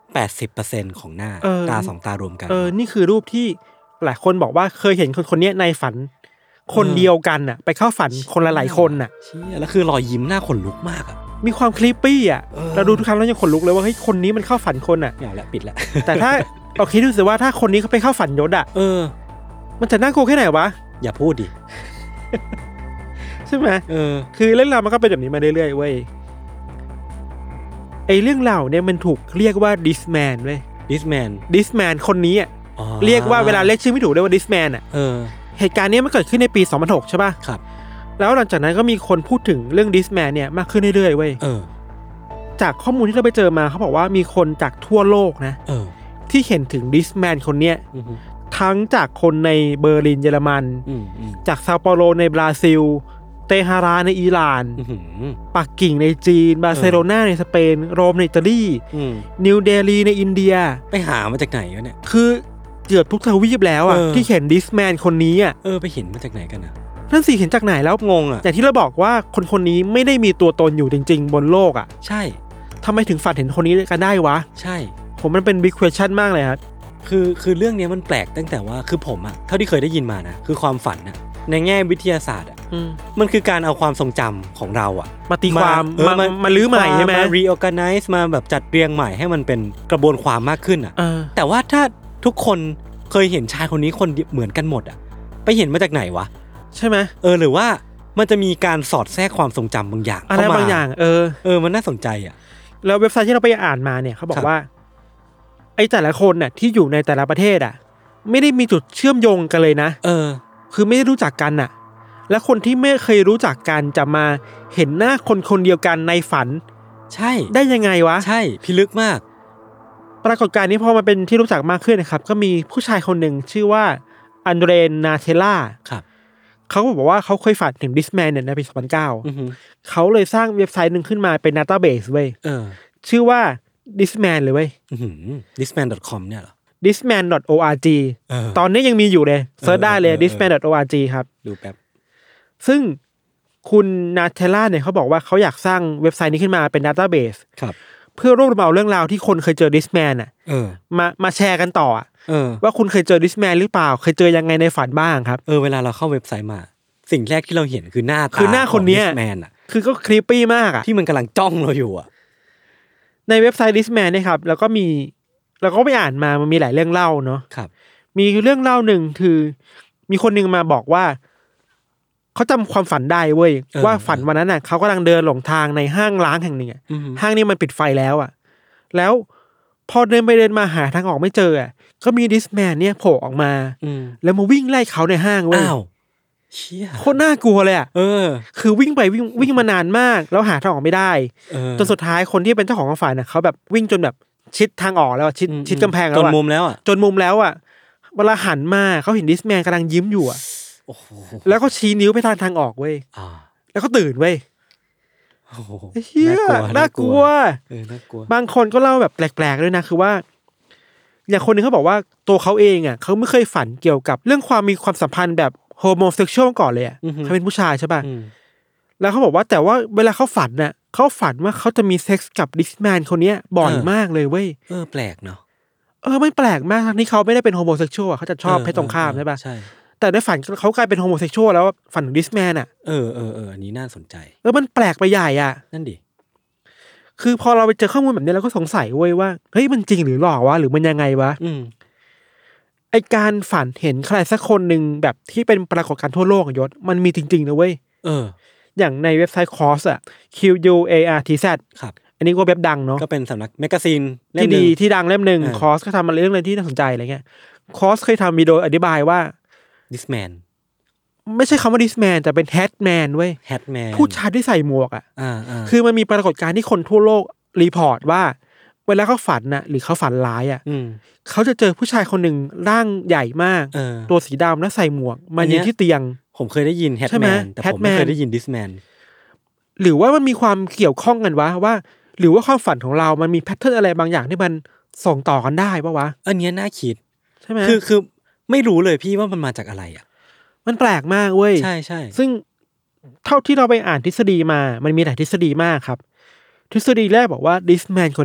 แปดสิบเปอร์เซ็นต์ ของหน้าเออตาสองตารวมกันเออนี่คือรูปที่หลายคนบอกว่าเคยเห็นคนคนนี้ในฝันคนเดียวกันน่ะไปเข้าฝันคนละหลายคนน่ะเชี่ยแล้วคือรอยยิ้มหน้าขนลุกมากอ่ะมีความคลิปปี้อ่ะเออเราดูทุกครั้งแล้วยังขนลุกเลยว่าเฮ้ยคนนี้มันเข้าฝันคนอ่ะไม่เอาละปิดละแต่ถ้าเราคิดดูสิว่าถ้าคนนี้เขาไปเข้าฝันยศอ่ะเออมันจะน่ากลัวแค่ไหนวะอย่าพูดดิใช่ไหมเออคือเรื่องราวมันก็เป็นแบบนี้มาเรื่อยๆเว้ยไอเรื่องราวเนี่ยมันถูกเรียกว่า this man เว้ย this man this man คนนี้อ่ะอ๋อเรียกว่าเวลาเรียกชื่อไม่ถูกเรียกว่า this man อ่ะเออเหตุการณ์เนี้ยมันเกิดขึ้นในปีสองพันหกใช่ป่ะครับแล้วหลังจากนั้นก็มีคนพูดถึงเรื่อง this man เนี่ยมากขึ้นเรื่อยๆเว้ยเออจากข้อมูลที่เราไปเจอมาเขาบอกว่ามีคนจากทั่วโลกนะเออที่เห็นถึง this man คนเนี้ยอือฮึทั้งจากคนในเบอร์ลินเยอรมันอืมอืมจากซาโปโรในบราซิล เตหะรานในอิหร่านอื้อหือปักกิ่งในจีน บาร์เซโลนาในสเปน โรมในอิตาลีอืมนิวเดลีในอินเดียไปหามาจากไหนวะเนี่ยคือเกือบทุกทวีปแล้วอ่ะเออที่เห็น this man คนนี้อ่ะเออไปเห็นมาจากไหนกันอ่ะนั่นสิเห็นจากไหนแล้วงงอ่ะอย่างที่เราบอกว่าคนคนนี้ไม่ได้มีตัวตนอยู่จริง ๆ บนโลกอ่ะใช่ทำไมถึงฝันเห็นคนนี้กันได้วะใช่ผมมันเป็น big question มากเลยครับคือคือเรื่องเนี้ยมันแปลกตั้งแต่ว่าคือผมอะเท่าที่เคยได้ยินมานะคือความฝันอะในแง่วิทยาศาสตร์อะมันคือการเอาความทรงจำของเราอะมาตีความเออมามาลื้อใหม่ใช่ไหมมา reorganize มาแบบจัดเรียงใหม่ให้มันเป็นกระบวนความมากขึ้นอะเออแต่ว่าถ้าทุกคนเคยเห็นชายคนนี้คนเดียวเหมือนกันหมดอะไปเห็นมาจากไหนวะใช่ไหมเออหรือว่ามันจะมีการสอดแทรกความทรงจำบางอย่างอะไรเข้ามาบางอย่าง เออเออมันน่าสนใจอะแล้วเว็บไซต์ที่เราไปอ่านมาเนี่ยเขาบอครักบว่าไอ้แต่ละคนน่ะที่อยู่ในแต่ละประเทศอ่ะ ไม่ได้มีจุดเชื่อมโยงกันเลยนะเออคือไม่ได้รู้จักกันน่ะ และคนที่ไม่เคยรู้จักกันจะมาเห็นหน้าคนคนเดียวกันในฝันใช่ได้ยังไงวะใช่พิลึกมากปรากฏการณ์นี้พอมาเป็นที่รู้จักมากขึ้นนะครับ ก็มีผู้ชายคนหนึ่งชื่อว่าอันเดรนนาเทล่าครับเขาก็บอกว่าเขาเคยฝันถึงดิสแมนเนี่ยในปีสองพันเก้าอือหือเขาเลยสร้างเว็บไซต์หนึ่งขึ้นมาเป็นดัตต้าเบสเว้ยเออชื่อว่า Disman เลยเว้ยอือหือ this man dot com เนี่ยเหรอ disman dot org เออตอนนี้ยังมีอยู่เลยเซิร์ชได้เลยเออเออ disman dot org ครับดูแป๊บซึ่งคุณนาเทล่าเนี่ยเขาบอกว่าเขาอยากสร้างเว็บไซต์นี้ขึ้นมาเป็นดัตต้าเบสครับเพื่อรวบรวมเอาเรื่องราวที่คนเคยเจอ Disman อ่ะเออมามาแชร์กันต่ออะเออว่าคุณเคยเจอ Disman หรือเปล่า เคยเจอยังไงในฝันบ้างครับเออ เวลาเราเข้าเว็บไซต์มา สิ่งแรกที่เราเห็นคือหน้าตาคือหน้าคนเนี้ยแมนอะคือก็ครีปปี้มากอ่ะที่มันกำลังจ้องเราอยู่อะในเว็บไซต์ Disman เนี่ยครับแล้วก็มีเราก็ไปอ่านมามันมีหลายเรื่องเล่าเนาะครับมีเรื่องเล่าหนึ่งคือ มีคนหนึ่งมาบอกว่าเขาจำความฝันได้เว้ยเออว่าฝันวันนั้นน่ะเขากำลังเดินหลงทางในห้างร้างแห่งหนึ่งอะอือหือห้างนี้มันปิดไฟแล้วอ่ะ แล้วพอเดินไปเดินมาหาทางออกไม่เจออ่ะก็มีดิสแมนเนี่ยโผล่ออกมาอืมแล้วมาวิ่งไล่เขาในห้างเว้ยอ้าวเชี่ยโคตรน่ากลัวเลยอ่ะเออคือวิ่งไปวิ่งวิ่งมานานมากแล้วหาทางออกไม่ได้เออจนสุดท้ายคนที่เป็นเจ้าของความฝันน่ะเขาแบบวิ่งจนแบบชิดทางออกแล้วอะชิดอืมชิดกำแพงจแล้วนอะมุมแล้วอะจนมุมแล้วอ่ะเวลาหันมาเขาเห็นดิสแมนกำลังยิ้มอยู่อ่ะโอ้โหแล้วก็ชี้นิ้วไปทางทางออกเว้ยอ่าแล้วก็ตื่นเว้ยโอ้โหเฮียน่ากลัวเออน่ากลัวบางคนก็เล่าแบบแปลกๆด้วยนะคือว่า อย่างคนหนึงเขาบอกว่าตัวเขาเองอ่ะเขาไม่เคยฝันเกี่ยวกับเรื่องความมีความสัมพันธ์แบบโฮโมเซ็กชวลก่อนเลยอ่ะอือฮึเขาเป็นผู้ชายใช่ป่ะอืมแล้วเขาบอกว่าแต่ว่าเวลาเขาฝันน่ะเขาฝันว่าเขาจะมีเซ็กส์กับดิสแมนคนเนี้ยบ่อยมากเลยเว้ยเออแปลกเนาะเออไม่แปลกมากทั้งที่เขาไม่ได้เป็นโฮโมเซ็กชวลอ่ะเขาจะชอบเพศตรงข้ามใช่ป่ะใช่แต่ในฝันเขากลายเป็นโฮโมเซ็กชวลแล้วฝันถึงดิสแมนอ่ะเออเออเอออันนี้น่าสนใจเออมันแปลกไปใหญ่อ่ะนั่นดิคือพอเราไปเจอข้อมูลแบบนี้เราก็สงสัยเว้ยว่าเฮ้ยมันจริงหรือหลอกวะหรือมันยังไงวะอืมไอการฝันเห็นใครสักคนหนึ่งแบบที่เป็นปรากฏการณ์ทั่วโลกอะยศมันมีจริงๆนะเว้ยเอออย่างในเว็บไซต์ Quartz อะ Q U A R T Z ครับอันนี้ก็เว็บดังเนาะก็เป็นสำนักแมกกาซีนเล่ที่มหนึ่ดีงที่ดังเล่มหนึ่งเออ Quartz ก็ทำมาเรื่องอะไรที่น่าสนใจอะไรเงี้ย Quartz เคยทำวิดีโออธิบายว่า this man ไม่ใช่คำว่า this man แต่เป็น hat man เว้ย hat man ผู้ชายที่ใส่หมวกอะอ่าอ่าคือมันมีปรากฏการณ์ที่คนทั่วโลกรีพอร์ตว่า เวลาเขาฝันน่ะหรือเขาฝันร้ายอะอืมเขาจะเจอผู้ชายคนหนึ่งร่างใหญ่มากเออตัวสีดำและใส่หมวกมาอันเนี้ยืยนที่เตียงผมเคยได้ยิน hat ใช่ไหม man แต่ผมไม่ Hatman เคยได้ยิน this man หรือว่ามันมีความเกี่ยวข้องกันวะว่า หรือว่าความฝันของเรามันมีแพทเทิร์นอะไรบางอย่างที่มันส่งต่อกันได้ปะวะอันเนี้ยน่าคิดใช่ไหมคือคือไม่รู้เลยพี่ว่ามันมาจากอะไรอ่ะมันแปลกมากเว้ยใช่ใช่ซึ่งเท่าที่เราไปอ่านทฤษฎีมา มันมีหลายทฤษฎีมากครับ ทฤษฎีแรกบอกว่าดิสแมนคนเนี้ย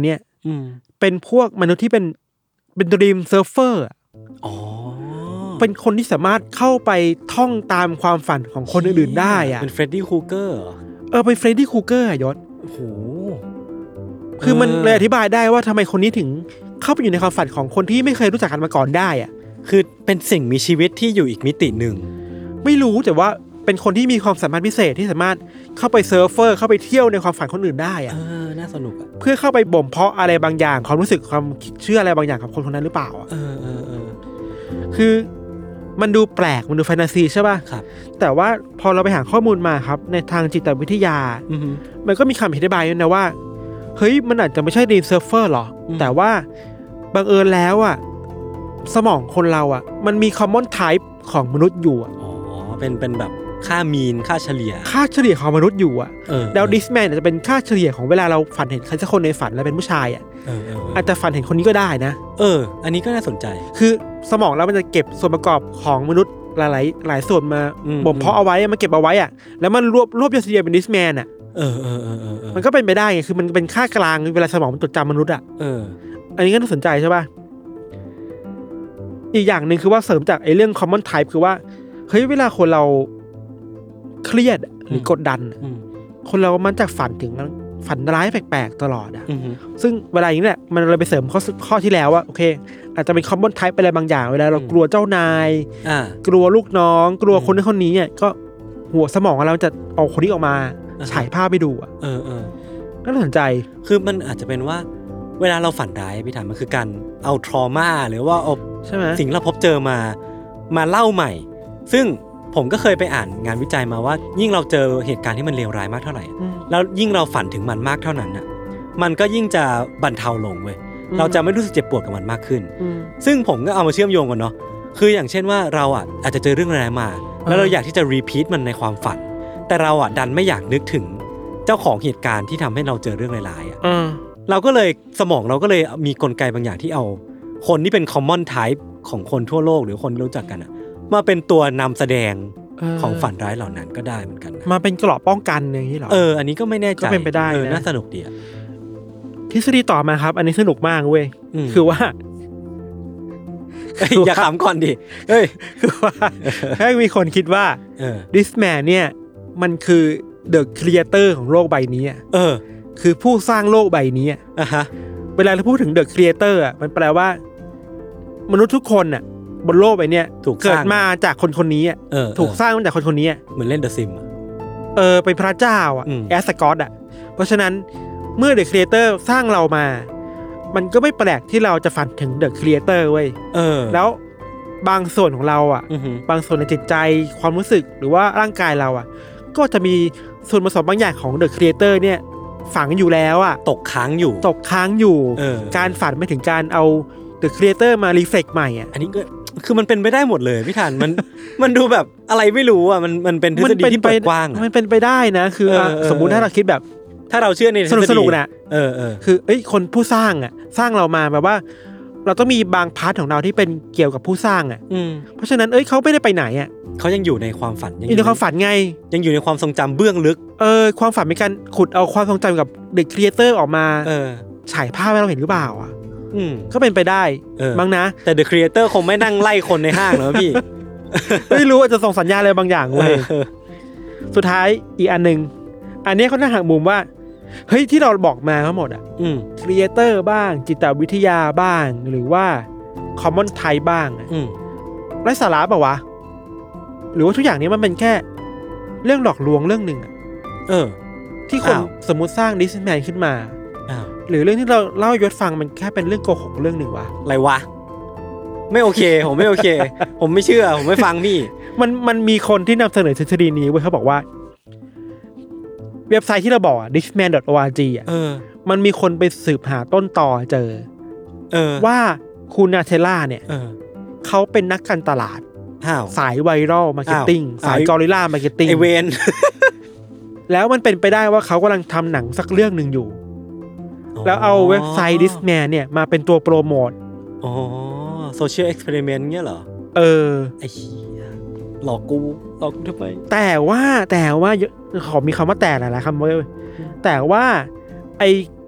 เป็นพวกมนุษย์ที่เป็นเป็นดรีมเซิร์ฟเฟอร์อ๋อเป็นคนที่สามารถเข้าไปท่องตามความฝันของคนอื่นๆได้อ่ะเป็นเฟรดดี้ครูเกอร์เออเป็นเฟรดดี้ครูเกอร์ยศโอ้โหคือมันเลยอธิบายได้ว่าทำไมคนนี้ถึงเข้าไปอยู่ในความฝันของคนที่ไม่เคยรู้จักกันมาก่อนได้อ่ะคือเป็นสิ่งมีชีวิตที่อยู่อีกมิติหนึ่งไม่รู้แต่ว่าเป็นคนที่มีความสามารถพิเศษที่สามารถเข้าไปเซิร์ฟเวอร์เข้าไปเที่ยวในความฝันคนอื่นได้อ่ะเออน่าสนุกอ่ะเพื่อเข้าไปบ่มเพาะอะไรบางอย่างความรู้สึกความเชื่ออะไรบางอย่างกับคนคนนั้นหรือเปล่าอ่ะเออเออเออคือมันดูแปลกมันดูแฟนตาซีใช่ป่ะครับแต่ว่าพอเราไปหาข้อมูลมาครับในทางจิตวิทยามันก็มีคำอธิบายด้วยนะว่าเฮ้ยมันอาจจะไม่ใช่ดีมเซิร์ฟเวอร์หรอแต่ว่าบังเอิญแล้วอ่ะสมองคนเราอ่ะมันมีคอมมอนไทป์ของมนุษย์อยู่อ๋อเป็นเป็นแบบค่ามีนค่าเฉลี่ยค่าเฉลี่ยของมนุษย์อยู่อ่ะแล้วดิสแมนจะเป็นค่าเฉลี่ยของเวลาเราฝันเห็นใครสักคนในฝันแล้วเป็นผู้ชายอ่ะอาจจะฝันเห็นคนนี้ก็ได้นะเอออันนี้ก็น่าสนใจคือสมองเรามันจะเก็บส่วนประกอบของมนุษย์หลายๆหลายส่วนมาบ่มเพาะเอาไว้มันเก็บเอาไว้อ่ะแล้วมันรวบรวบยอดเฉลี่ยเป็นดิสแมนอ่ะเออเออเออเออมันก็เป็นไปได้ไงคือมันเป็นค่ากลางเวลาสมองมันจดจำมนุษย์อ่ะเอออันนี้ก็น่าสนใจใช่ป่ะอีกอย่างนึงคือว่าเสริมจากไอ้เรื่อง common type คือว่าเฮ้ยเวลาคนเราเครียดหรือกดดันคนเรามันจะฝันถึงฝันร้ายแปลกๆตลอดอ่ะซึ่งเวลาอย่างนี้แหละมันเลยไปเสริมข้อข้อที่แล้วว่าโอเคอาจจะเป็น common type ไปอะไรบางอย่างเวลาเรากลัวเจ้านายกลัวลูกน้องกลัวคนนั้นคนนี้เนี่ยก็หัวสมองเราจะเอาคนนี้ออกมาฉายภาพไปดูอ่ะเออเออก็น่าสนใจคือมันอาจจะเป็นว่าเวลาเราฝันร้ายพี่ถามมันคือการเอาทรมาหรือว่าเอาใช่ไหมสิ่งเราพบเจอมามาเล่าใหม่ซึ่งผมก็เคยไปอ่านงานวิจัยมาว่ายิ่งเราเจอเหตุการณ์ที่มันเลวร้ายมากเท่าไหร่แล้วยิ่งเราฝันถึงมันมากเท่านั้นน่ะมันก็ยิ่งจะบรรเทาลงเว้ยเราจะไม่รู้สึกเจ็บปวดกับมันมากขึ้นซึ่งผมก็เอามาเชื่อมโยงกันเนาะคืออย่างเช่นว่าเราอ่ะอาจจะเจอเรื่องร้ายมาแล้วเราอยากที่จะรีพีทมันในความฝันแต่เราอ่ะดันไม่อยากนึกถึงเจ้าของเหตุการณ์ที่ทำให้เราเจอเรื่องร้ายๆอ่ะเราก็เลยสมองเราก็เลยมีกลไกบางอย่างที่เอาคนที่เป็น common type ของคนทั่วโลกหรือคนรู้จักกันอ่ะมาเป็นตัวนำแสดงของฝันร้ายเหล่านั้นก็ได้เหมือนกันนะมาเป็นเกราะป้องกันอย่างนี้หรอเอออันนี้ก็ไม่แน่ใจก็เป็นไปได้เออน่าสนุกดีอ่ะทฤษฎีต่อมาครับอันนี้สนุกมากเว้ยคือว่าอย่าขำก่อนดิเฮ้ยคือว่าให้มีคนคิดว่าดิสแมนเนี่ยมันคือเดอะครีเอเตอร์ของโลกใบนี้อ่ะเออคือผู้สร้างโลกใบนี้อ่ะอ่ะฮะเวลาเราพูดถึงเดอะครีเอเตอร์อ่ะมันแปลว่ามนุษย์ทุกคนอ่ะบนโลกใบนี้เกิดมาจากคนคนนี้อ่ะถูกสร้างมาจากคนคนนี้เหมือนเล่นเดอะซิมเออเป็นพระเจ้าอ่ะแอสกอตอ่ะเพราะฉะนั้นเมื่อเดอะครีเอเตอร์สร้างเรามามันก็ไม่แปลกที่เราจะฝันถึงเดอะครีเอเตอร์เว้ยเออแล้วบางส่วนของเราอ่ะบางส่วนในจิตใจความรู้สึกหรือว่าร่างกายเราอ่ะก็จะมีส่วนผสมบางอย่างของเดอะครีเอเตอร์เนี่ยฝังอยู่แล้วอ่ะตกค้างอยู่ตกค้างอยู่การฝันไม่ถึงการเอาเดอะครีเอเตอร์มารีเฟล็กใหม่อ่ะอันนี้ก็คือมันเป็นไปได้หมดเลยพี่ธันมันมันดูแบบอะไรไม่รู้อ่ะมันมันเป็นทฤษฎีที่เปิดกว้างมันเป็นไปได้นะคือสมมุติถ้าเราคิดแบบถ้าเราเชื่อในทฤษฎีสนุกๆนะเออเออคือเอ้ยคนผู้สร้างอ่ะสร้างเรามาแบบว่าเราต้องมีบางพาร์ทของเราที่เป็นเกี่ยวกับผู้สร้างอ่ะเพราะฉะนั้นเอ้ยเขาไม่ได้ไปไหนอ่ะเขายังอยู่ในความฝันยังอยู่ในความฝันไงยังอยู่ในความทรงจำเบื้องลึกเออความฝันเป็นการขุดเอาความทรงจำกับเด็กครีเอเตอร์ออกมาเออฉายภาพให้เราเห็นหรือเปล่าอ่ะอืมก็เป็นไปได้บ้างนะแต่ The Creator คงไม่นั่งไล่คนในห้างหรอกพี่ไม่รู้อาจจะส่งสัญญาณอะไรบางอย่างเว้ยสุดท้ายอีกอันนึงอันนี้เขาหน้าหักมุมว่าเฮ้ยที่เราบอกมาทั้งหมดอ่ะครีเอเตอร์บ้างจิตวิทยาบ้างหรือว่าคอมมอนไทป์บ้างอ่ะไร้สาระป่าววะหรือว่าทุกอย่างนี้มันเป็นแค่เรื่องหลอกลวงเรื่องนึงอ่ะเออที่คนสมมุติสร้างดิสนีย์แมนขึ้นมาหรือเรื่องที่เราเล่ายศฟังมันแค่เป็นเรื่องโกหกเรื่องหนึ่งวะอะไรวะไม่โอเคผมไม่โอเค ผมไม่เชื่อผมไม่ฟังพี่มันมันมีคนที่นำเสนอทฤษฎีนี้เว้ยเขาบอกว่าเว็บไซต์ที่เราบอกอ่ะ ดิสแมน ดอท โอ อาร์ จี อ่ะมันมีคนไปสืบหาต้นตอเจอเออว่าคุณนาเทลล่าเนี่ยเขาเป็นนักการตลาดสายไวรัลมาร์เก็ตติ้งสายกอริลลามาร์เก็ตติ้งไอเวนแล้วมันเป็นไปได้ว่าเขากำลังทำหนังสักเรื่องหนึ่งอยู่แล้วเอาเว็บไซต์ ดิสแมน เนี่ยมาเป็นตัวโปรโมทอ๋อโซเชียลเอ็กซ์เพริเมนต์เงี้ยเหรอเออไอ้เหี้ยหลอกกูหลอกกูทำไมแต่ว่าแต่ว่าขอมีคำว่าแต่หลายๆคำเว้ยแต่ว่าไอ้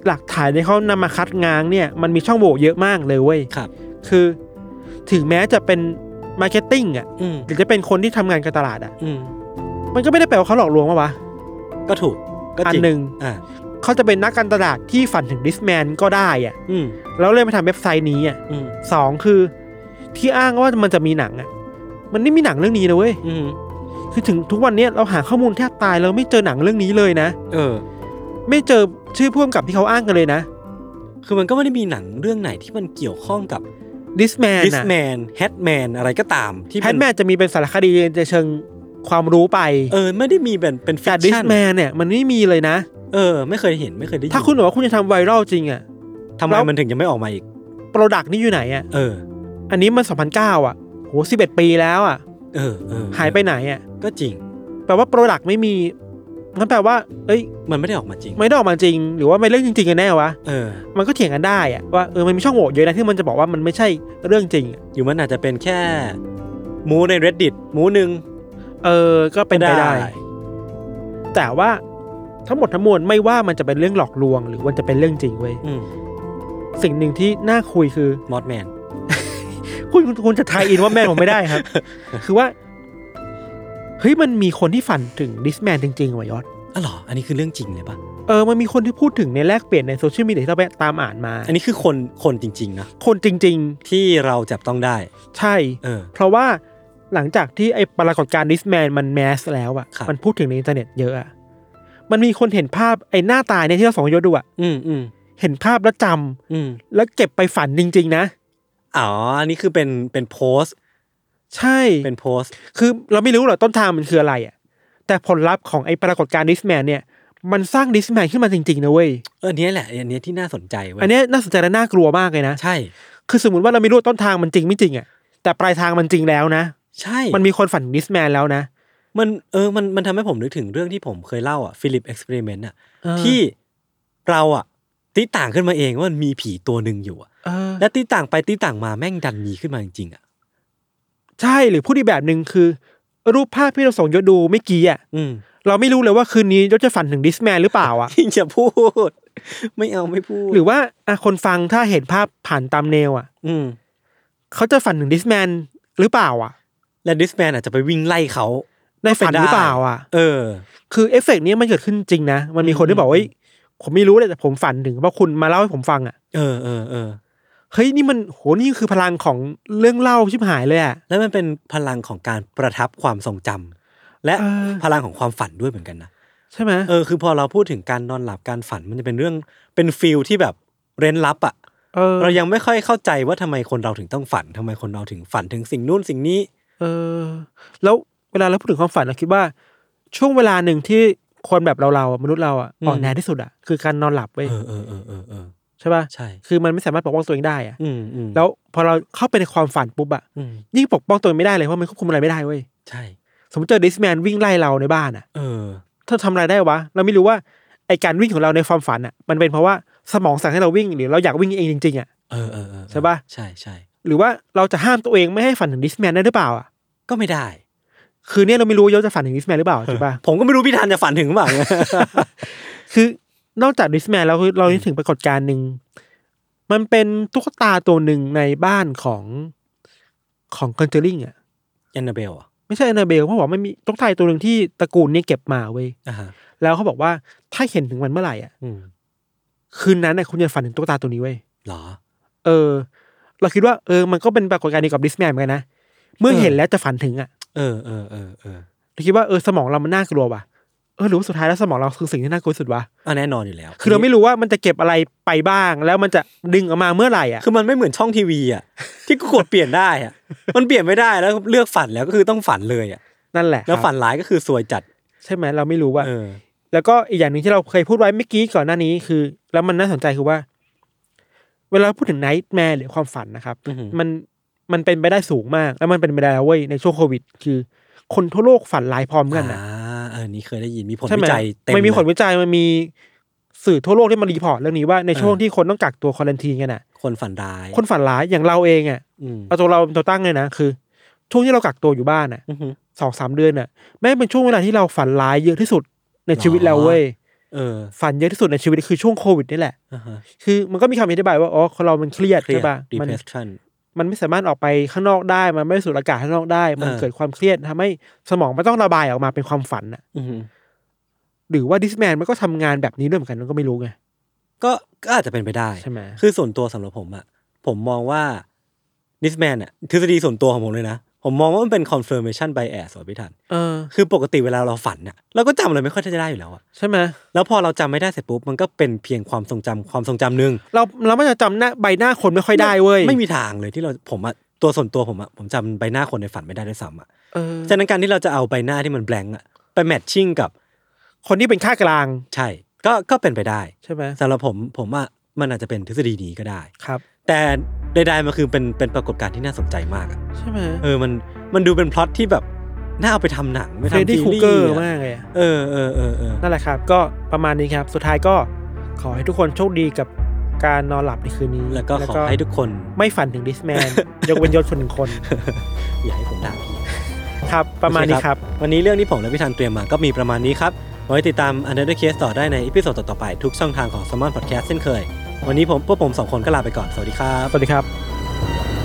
หลักฐานที่เขานำมาคัดง้างเนี่ยมันมีช่องโหว่เยอะมากเลยเว้ยครับคือถึงแม้จะเป็นมาร์เก็ตติ้งอ่ะหรือจะเป็นคนที่ทำงานการตลาดอ่ะมันก็ไม่ได้แปลว่าเขาหลอกลวงป่ะวะก็ถูกก็จริงอันหนึ่งเขาจะเป็นนักการตลาดที่ฝันถึงดิสแมนก็ได้อ่ะแล้วเลยมาทำเว็บไซต์นี้อ่ะสองคือที่อ้างว่ามันจะมีหนังอ่ะมันไม่มีหนังเรื่องนี้นะเว้ยคือถึงทุกวันนี้เราหาข้อมูลแทบตายเราไม่เจอหนังเรื่องนี้เลยนะเออไม่เจอชื่อผู้กำกับที่เขาอ้างกันเลยนะคือมันก็ไม่ได้มีหนังเรื่องไหนที่มันเกี่ยวข้องกับดิสแมนดิสแมนแฮทแมนอะไรก็ตามที่แฮทแมนจะมีเป็นสารคดีในเชิงความรู้ไปเออไม่ได้มีเป็นเป็นฟิกชั่นแต่ดิสแมนเนี่ยมันไม่มีเลยนะเออไม่เคยเห็นไม่เคยได้ยินถ้าคุณบอกว่าคุณจะทำไวรัลจริงอ่ะทำไมมันถึงยังไม่ออกมาอีกโปรดักต์นี่อยู่ไหนอ่ะเอออันนี้มันสองพันเก้าอ่ะโหสิบเอ็ดปีแล้วอ่ะเออเออหายไปไหนอ่ะก็จริงแปลว่าโปรดักต์ไม่มีงั้นแปลว่าเอ้ยมันไม่ได้ออกมาจริงไม่ได้ออกมาจริงหรือว่าไม่เรื่องจริงๆกันแน่วะเออมันก็เถียงกันได้อ่ะว่าเออมันมีช่องโหว่เยอะนะที่มันจะบอกว่ามันไม่ใช่เรื่องจริงอยู่มันอาจจะเป็นแค่มูใน Reddit มูนึงเออก็เป็นไปได้แต่ว่าทั้งหมดทั้งมวลไม่ว่ามันจะเป็นเรื่องหลอกลวงหรือว่าจะเป็นเรื่องจริงเว้ยสิ่งหนึ่งที่น่าคุยคือมอดแมนคุณคุณจะทายอินว่าแม่ผมไม่ได้ครับ คือว่าเฮ้ยมันมีคนที่ฝันถึงดิสแมนจริงๆว่ะยอดอ๋อเหรออันนี้คือเรื่องจริงเลยป่ะเออมันมีคนที่พูดถึงในแลกเปลี่ยนในโซเชียลมีเดียที่เราไปตามอ่านมาอันนี้คือคนคนจริงๆนะคนจริงๆที่เราจับต้องได้ใช่เออเพราะว่าหลังจากที่ไอ้ปรากฏการณ์ดิสแมนมันแมสแล้วอ่ะมันพูดถึงในอินเทอร์เน็ตเยอะอ่ะมันมีคนเห็นภาพไอ้หน้าตาเนี่ยที่เราสองยศดูอ่ะอืมอืมเห็นภาพแล้วจำอืมแล้วเก็บไปฝันจริงๆนะอ๋ออันนี้คือเป็นเป็นโพสใช่เป็นโพสคือเราไม่รู้หรอกต้นทางมันคืออะไรอ่ะแต่ผลลัพธ์ของไอ้ปรากฏการณ์ดิสแมนเนี่ยมันสร้างดิสแมนขึ้นมาจริงๆนะเว้ยเออเนี้ยแหละอันนี้ที่น่าสนใจเว้ยอันนี้น่าสนใจและน่ากลัวมากเลยนะใช่คือสมมติว่าเราไม่รู้ต้นทางมันจริงไม่จริงอ่ะแต่ปลายทางมันจริงแล้วนะใช่มันมีคนฝันดิสแมนแล้วนะมันเออมันมันทำให้ผมนึกถึงเรื่องที่ผมเคยเล่าอ่ะฟิลิปเอ็กซ์เพริเมนต์อ่ะที่เราอ่ะตีต่างขึ้นมาเองว่ามันมีผีตัวนึงอยู่อ่ะและตีต่างไปตีต่างมาแม่งดันมีขึ้นมาจริงๆอ่ะใช่หรือพูดอีกแบบนึงคือรูปภาพที่เราส่งยศดูเมื่อกี้อ่ะเราไม่รู้เลยว่าคืนนี้ยศจะฝันถึงดิสแมนหรือเปล่าอ่ะที่จะพูดไม่เอาไม่พูดหรือว่าอ่ะคนฟังถ้าเห็นภาพผ่านตามแนวอ่ะอืมเขาจะฝันถึงดิสแมนหรือเปล่าอ่ะและดิสแมนอาจจะไปวิ่งไล่เขาในฝันหรือเปล่าอ่ะเออคือเอฟเฟกต์นี้มันเกิดขึ้นจริงนะมันมีคนที่บอกว่าผมไม่รู้เลยแต่ผมฝันถึงเพราะคุณมาเล่าให้ผมฟังอ่ะเออเออเออเฮ้ยนี่มันโหนี่คือพลังของเรื่องเล่าชิบหายเลยอ่ะแล้วมันเป็นพลังของการประทับความทรงจำและพลังของความฝันด้วยเหมือนกันนะใช่ไหมเออคือพอเราพูดถึงการนอนหลับการฝันมันจะเป็นเรื่องเป็นฟีลที่แบบเร้นลับอ่ะเรายังไม่ค่อยเข้าใจว่าทำไมคนเราถึงต้องฝันทำไมคนเราถึงฝันถึงสิ่งนู้นสิ่งนี้เออแล้วเวลาเราพูดถึงความฝันเราคิดว่าช่วงเวลาหนึ่งที่คนแบบเราเรามนุษย์เราอ่ะอ่อนแอที่สุดอ่ะคือการนอนหลับเว้ยเออเออเออเออเออใช่ป่ะใช่คือมันไม่สามารถปกป้องตัวเองได้อ่ะอืมอืมแล้วพอเราเข้าไปในความฝันปุ๊บอ่ะยิ่งปกป้องตัวเองไม่ได้เลยเพราะมันควบคุมอะไรไม่ได้เว้ยใช่สมมติเจอดิสแมนวิ่งไล่เราในบ้านอ่ะเออถ้าทำอะไรได้วะเราไม่รู้ว่าไอการวิ่งของเราในความฝันอ่ะมันเป็นเพราะว่าสมองสั่งให้เราวิ่งหรือเราอยากวิ่งเองจริงๆอ่ะเออเออใช่ป่ะใช่ใช่หรือว่าเราจะห้ามตัวเองไม่ให้ฝันถึงดิสแมนได้หรือเปล่าอ่ะก็ไม่ได้คือเนี่ยเราไม่รู้ยศจะฝันถึงดิสแมนหรือเปล่าใช่ป่ะผมก็ไม่รู้พี่ธันจะฝันถึงหรือเปล่าคือนอกจากดิสแมนแล้วคือเราคิดถึงปรากฏการณ์นึงมันเป็นตุ๊กตาตัวหนึ่งในบ้านของของคอนเจอริงอ่ะแอนนาเบลอ่ะไม่ใช่แอนนาเบลเพราะว่ามันมีตุ๊กตาตัวหนึ่งที่ตระกูลนี้เก็บมาเว้ยแล้วเขาบอกว่าถ้าเห็นถึงมันเมื่อไหร่อ่ะคืนนั้นน่ะคุณจะฝันถึงตุ๊กตาตัวนี้เว้ยหรอเออเราคิดว่าเออมันก็เป็นปรากฏการณ์เดียวกับดิสแมนเหมือนกันนะเมื่อเห็นแล้วจะฝันถึงอ่ะเออเออเออเออเราคิดว่าเออสมองเรามันน่ากลัวว่ะเออหรือว่าสุดท้ายแล้วสมองเราคือสิ่งที่น่ากลัวสุดวะอ่ะแน่นอนอยู่แล้วคือเราไม่รู้ว่ามันจะเก็บอะไรไปบ้างแล้วมันจะดึงออกมาเมื่อไหร่อ่ะคือมันไม่เหมือนช่องทีวีอ่ะที่กดเปลี่ยนได้อ่ะมันเปลี่ยนไม่ได้แล้วเลือกฝันแล้วก็คือต้องฝันเลยอ่ะนั่นแหละแล้วฝันร้ายก็คือซวยจัดใช่ไหมเราไม่รู้ว่าแล้วก็อีกอย่างนึงที่เราเคยพูดไว้เมื่อกี้ก่อนหน้านี้คือแล้วมันน่าสนใจคือว่าเวลาพูดถึงไนท์แมร์หรือความฝันนะครับมันมันเป็นไปได้สูงมากแล้วมันเป็นไปได้แล้วเว้ยในช่วงโควิดคือคนทั่วโลกฝันร้ายพร้อมกันอ่ะเออนี่เคยได้ยินมีผลวิจัยเต็มไม่มีผลวิจัยมันมีสื่อทั่วโลกที่มารีพอร์ตเรื่องนี้ว่าในช่วงที่คนต้องกักตัวควอรันทีนกันน่ะคนฝันร้ายคนฝันร้ายอย่างเราเองอ่ะเอาตัวเราตัวตั้งเลยนะคือช่วงที่เรากักตัวอยู่บ้านอ่ะสองสามเดือนอ่ะแม่งเป็นช่วงเวลาที่เราฝันร้ายเยอะที่สุดในชีวิตเราเว้ยเออฝันเยอะที่สุดในชีวิตคือช่วงโควิดนี่แหละคือมันก็มีคำอธิบายว่าอ๋อคนเรามันเครียดใช่ป่ะมันมันไม่สามารถออกไปข้างนอกได้มันไม่สูดอากาศข้างนอกได้มันเกิดความเครียดทำให้สมองมันต้องระบายออกมาเป็นความฝันอ่ะหรือว่าดิสแมนมันก็ทำงานแบบนี้ด้วยเหมือนกันก็ไม่รู้ไงก็ก็อาจจะเป็นไปได้ใช่ไหมคือส่วนตัวสำหรับผมอ่ะผมมองว่าดิสแมนอ่ะทฤษฎีส่วนตัวของผมเลยนะผมมองว่ามันเป็น confirmation bias ว่ะพี่ทันเออคือปกติเวลาเราฝันน่ะเราก็จำอะไรไม่ค่อยจะได้อยู่แล้วอ่ะใช่ไหมแล้วพอเราจำไม่ได้เสร็จปุ๊บมันก็เป็นเพียงความทรงจำความทรงจำนึงเราเราไม่จะจำหน้าใบหน้าคนไม่ค่อยได้เว้ยไม่มีทางเลยที่เราผมอ่ะตัวส่วนตัวผมอ่ะผมจำใบหน้าคนในฝันไม่ได้ด้วยซ้ำอ่ะฉะนั้นการที่เราจะเอาใบหน้าที่มันแบงค์อ่ะไปแมทชิ่งกับคนที่เป็นค่ากลางใช่ก็ก็เป็นไปได้ใช่ไหมสำหรับผมผมว่ามันอาจจะเป็นทฤษฎีนี้ก็ได้ครับแต่ใดๆมันคือเป็นเป็นปรากฏการณ์ที่น่าสนใจมากอ่ะใช่ไหมเออมันมันดูเป็นพล็อตที่แบบน่าเอาไปทำหนังไม่ทำซีรีส์มากเลยเออเออเออเออนั่นแหละครับก็ประมาณนี้ครับสุดท้ายก็ขอให้ทุกคนโชคดีกับการนอนหลับในคืนนี้แล้วก็ขอให้ทุกคนไม่ฝันถึงดิสแมนยกเว้นยศคนหนึ่งคนอย่าให้ผมด่าพี่ครับประมาณนี้ครับวันนี้เรื่องที่ผมและพี่ธันเตรียมมาก็มีประมาณนี้ครับไว้ติดตาม Another Case ต่อได้ในอีพิโซดต่อๆไปทุกช่องทางของ Salmon Podcast เช่นเคยวันนี้ผมพวกผมสองคนก็ลาไปก่อนสวัสดีครับสวัสดีครับ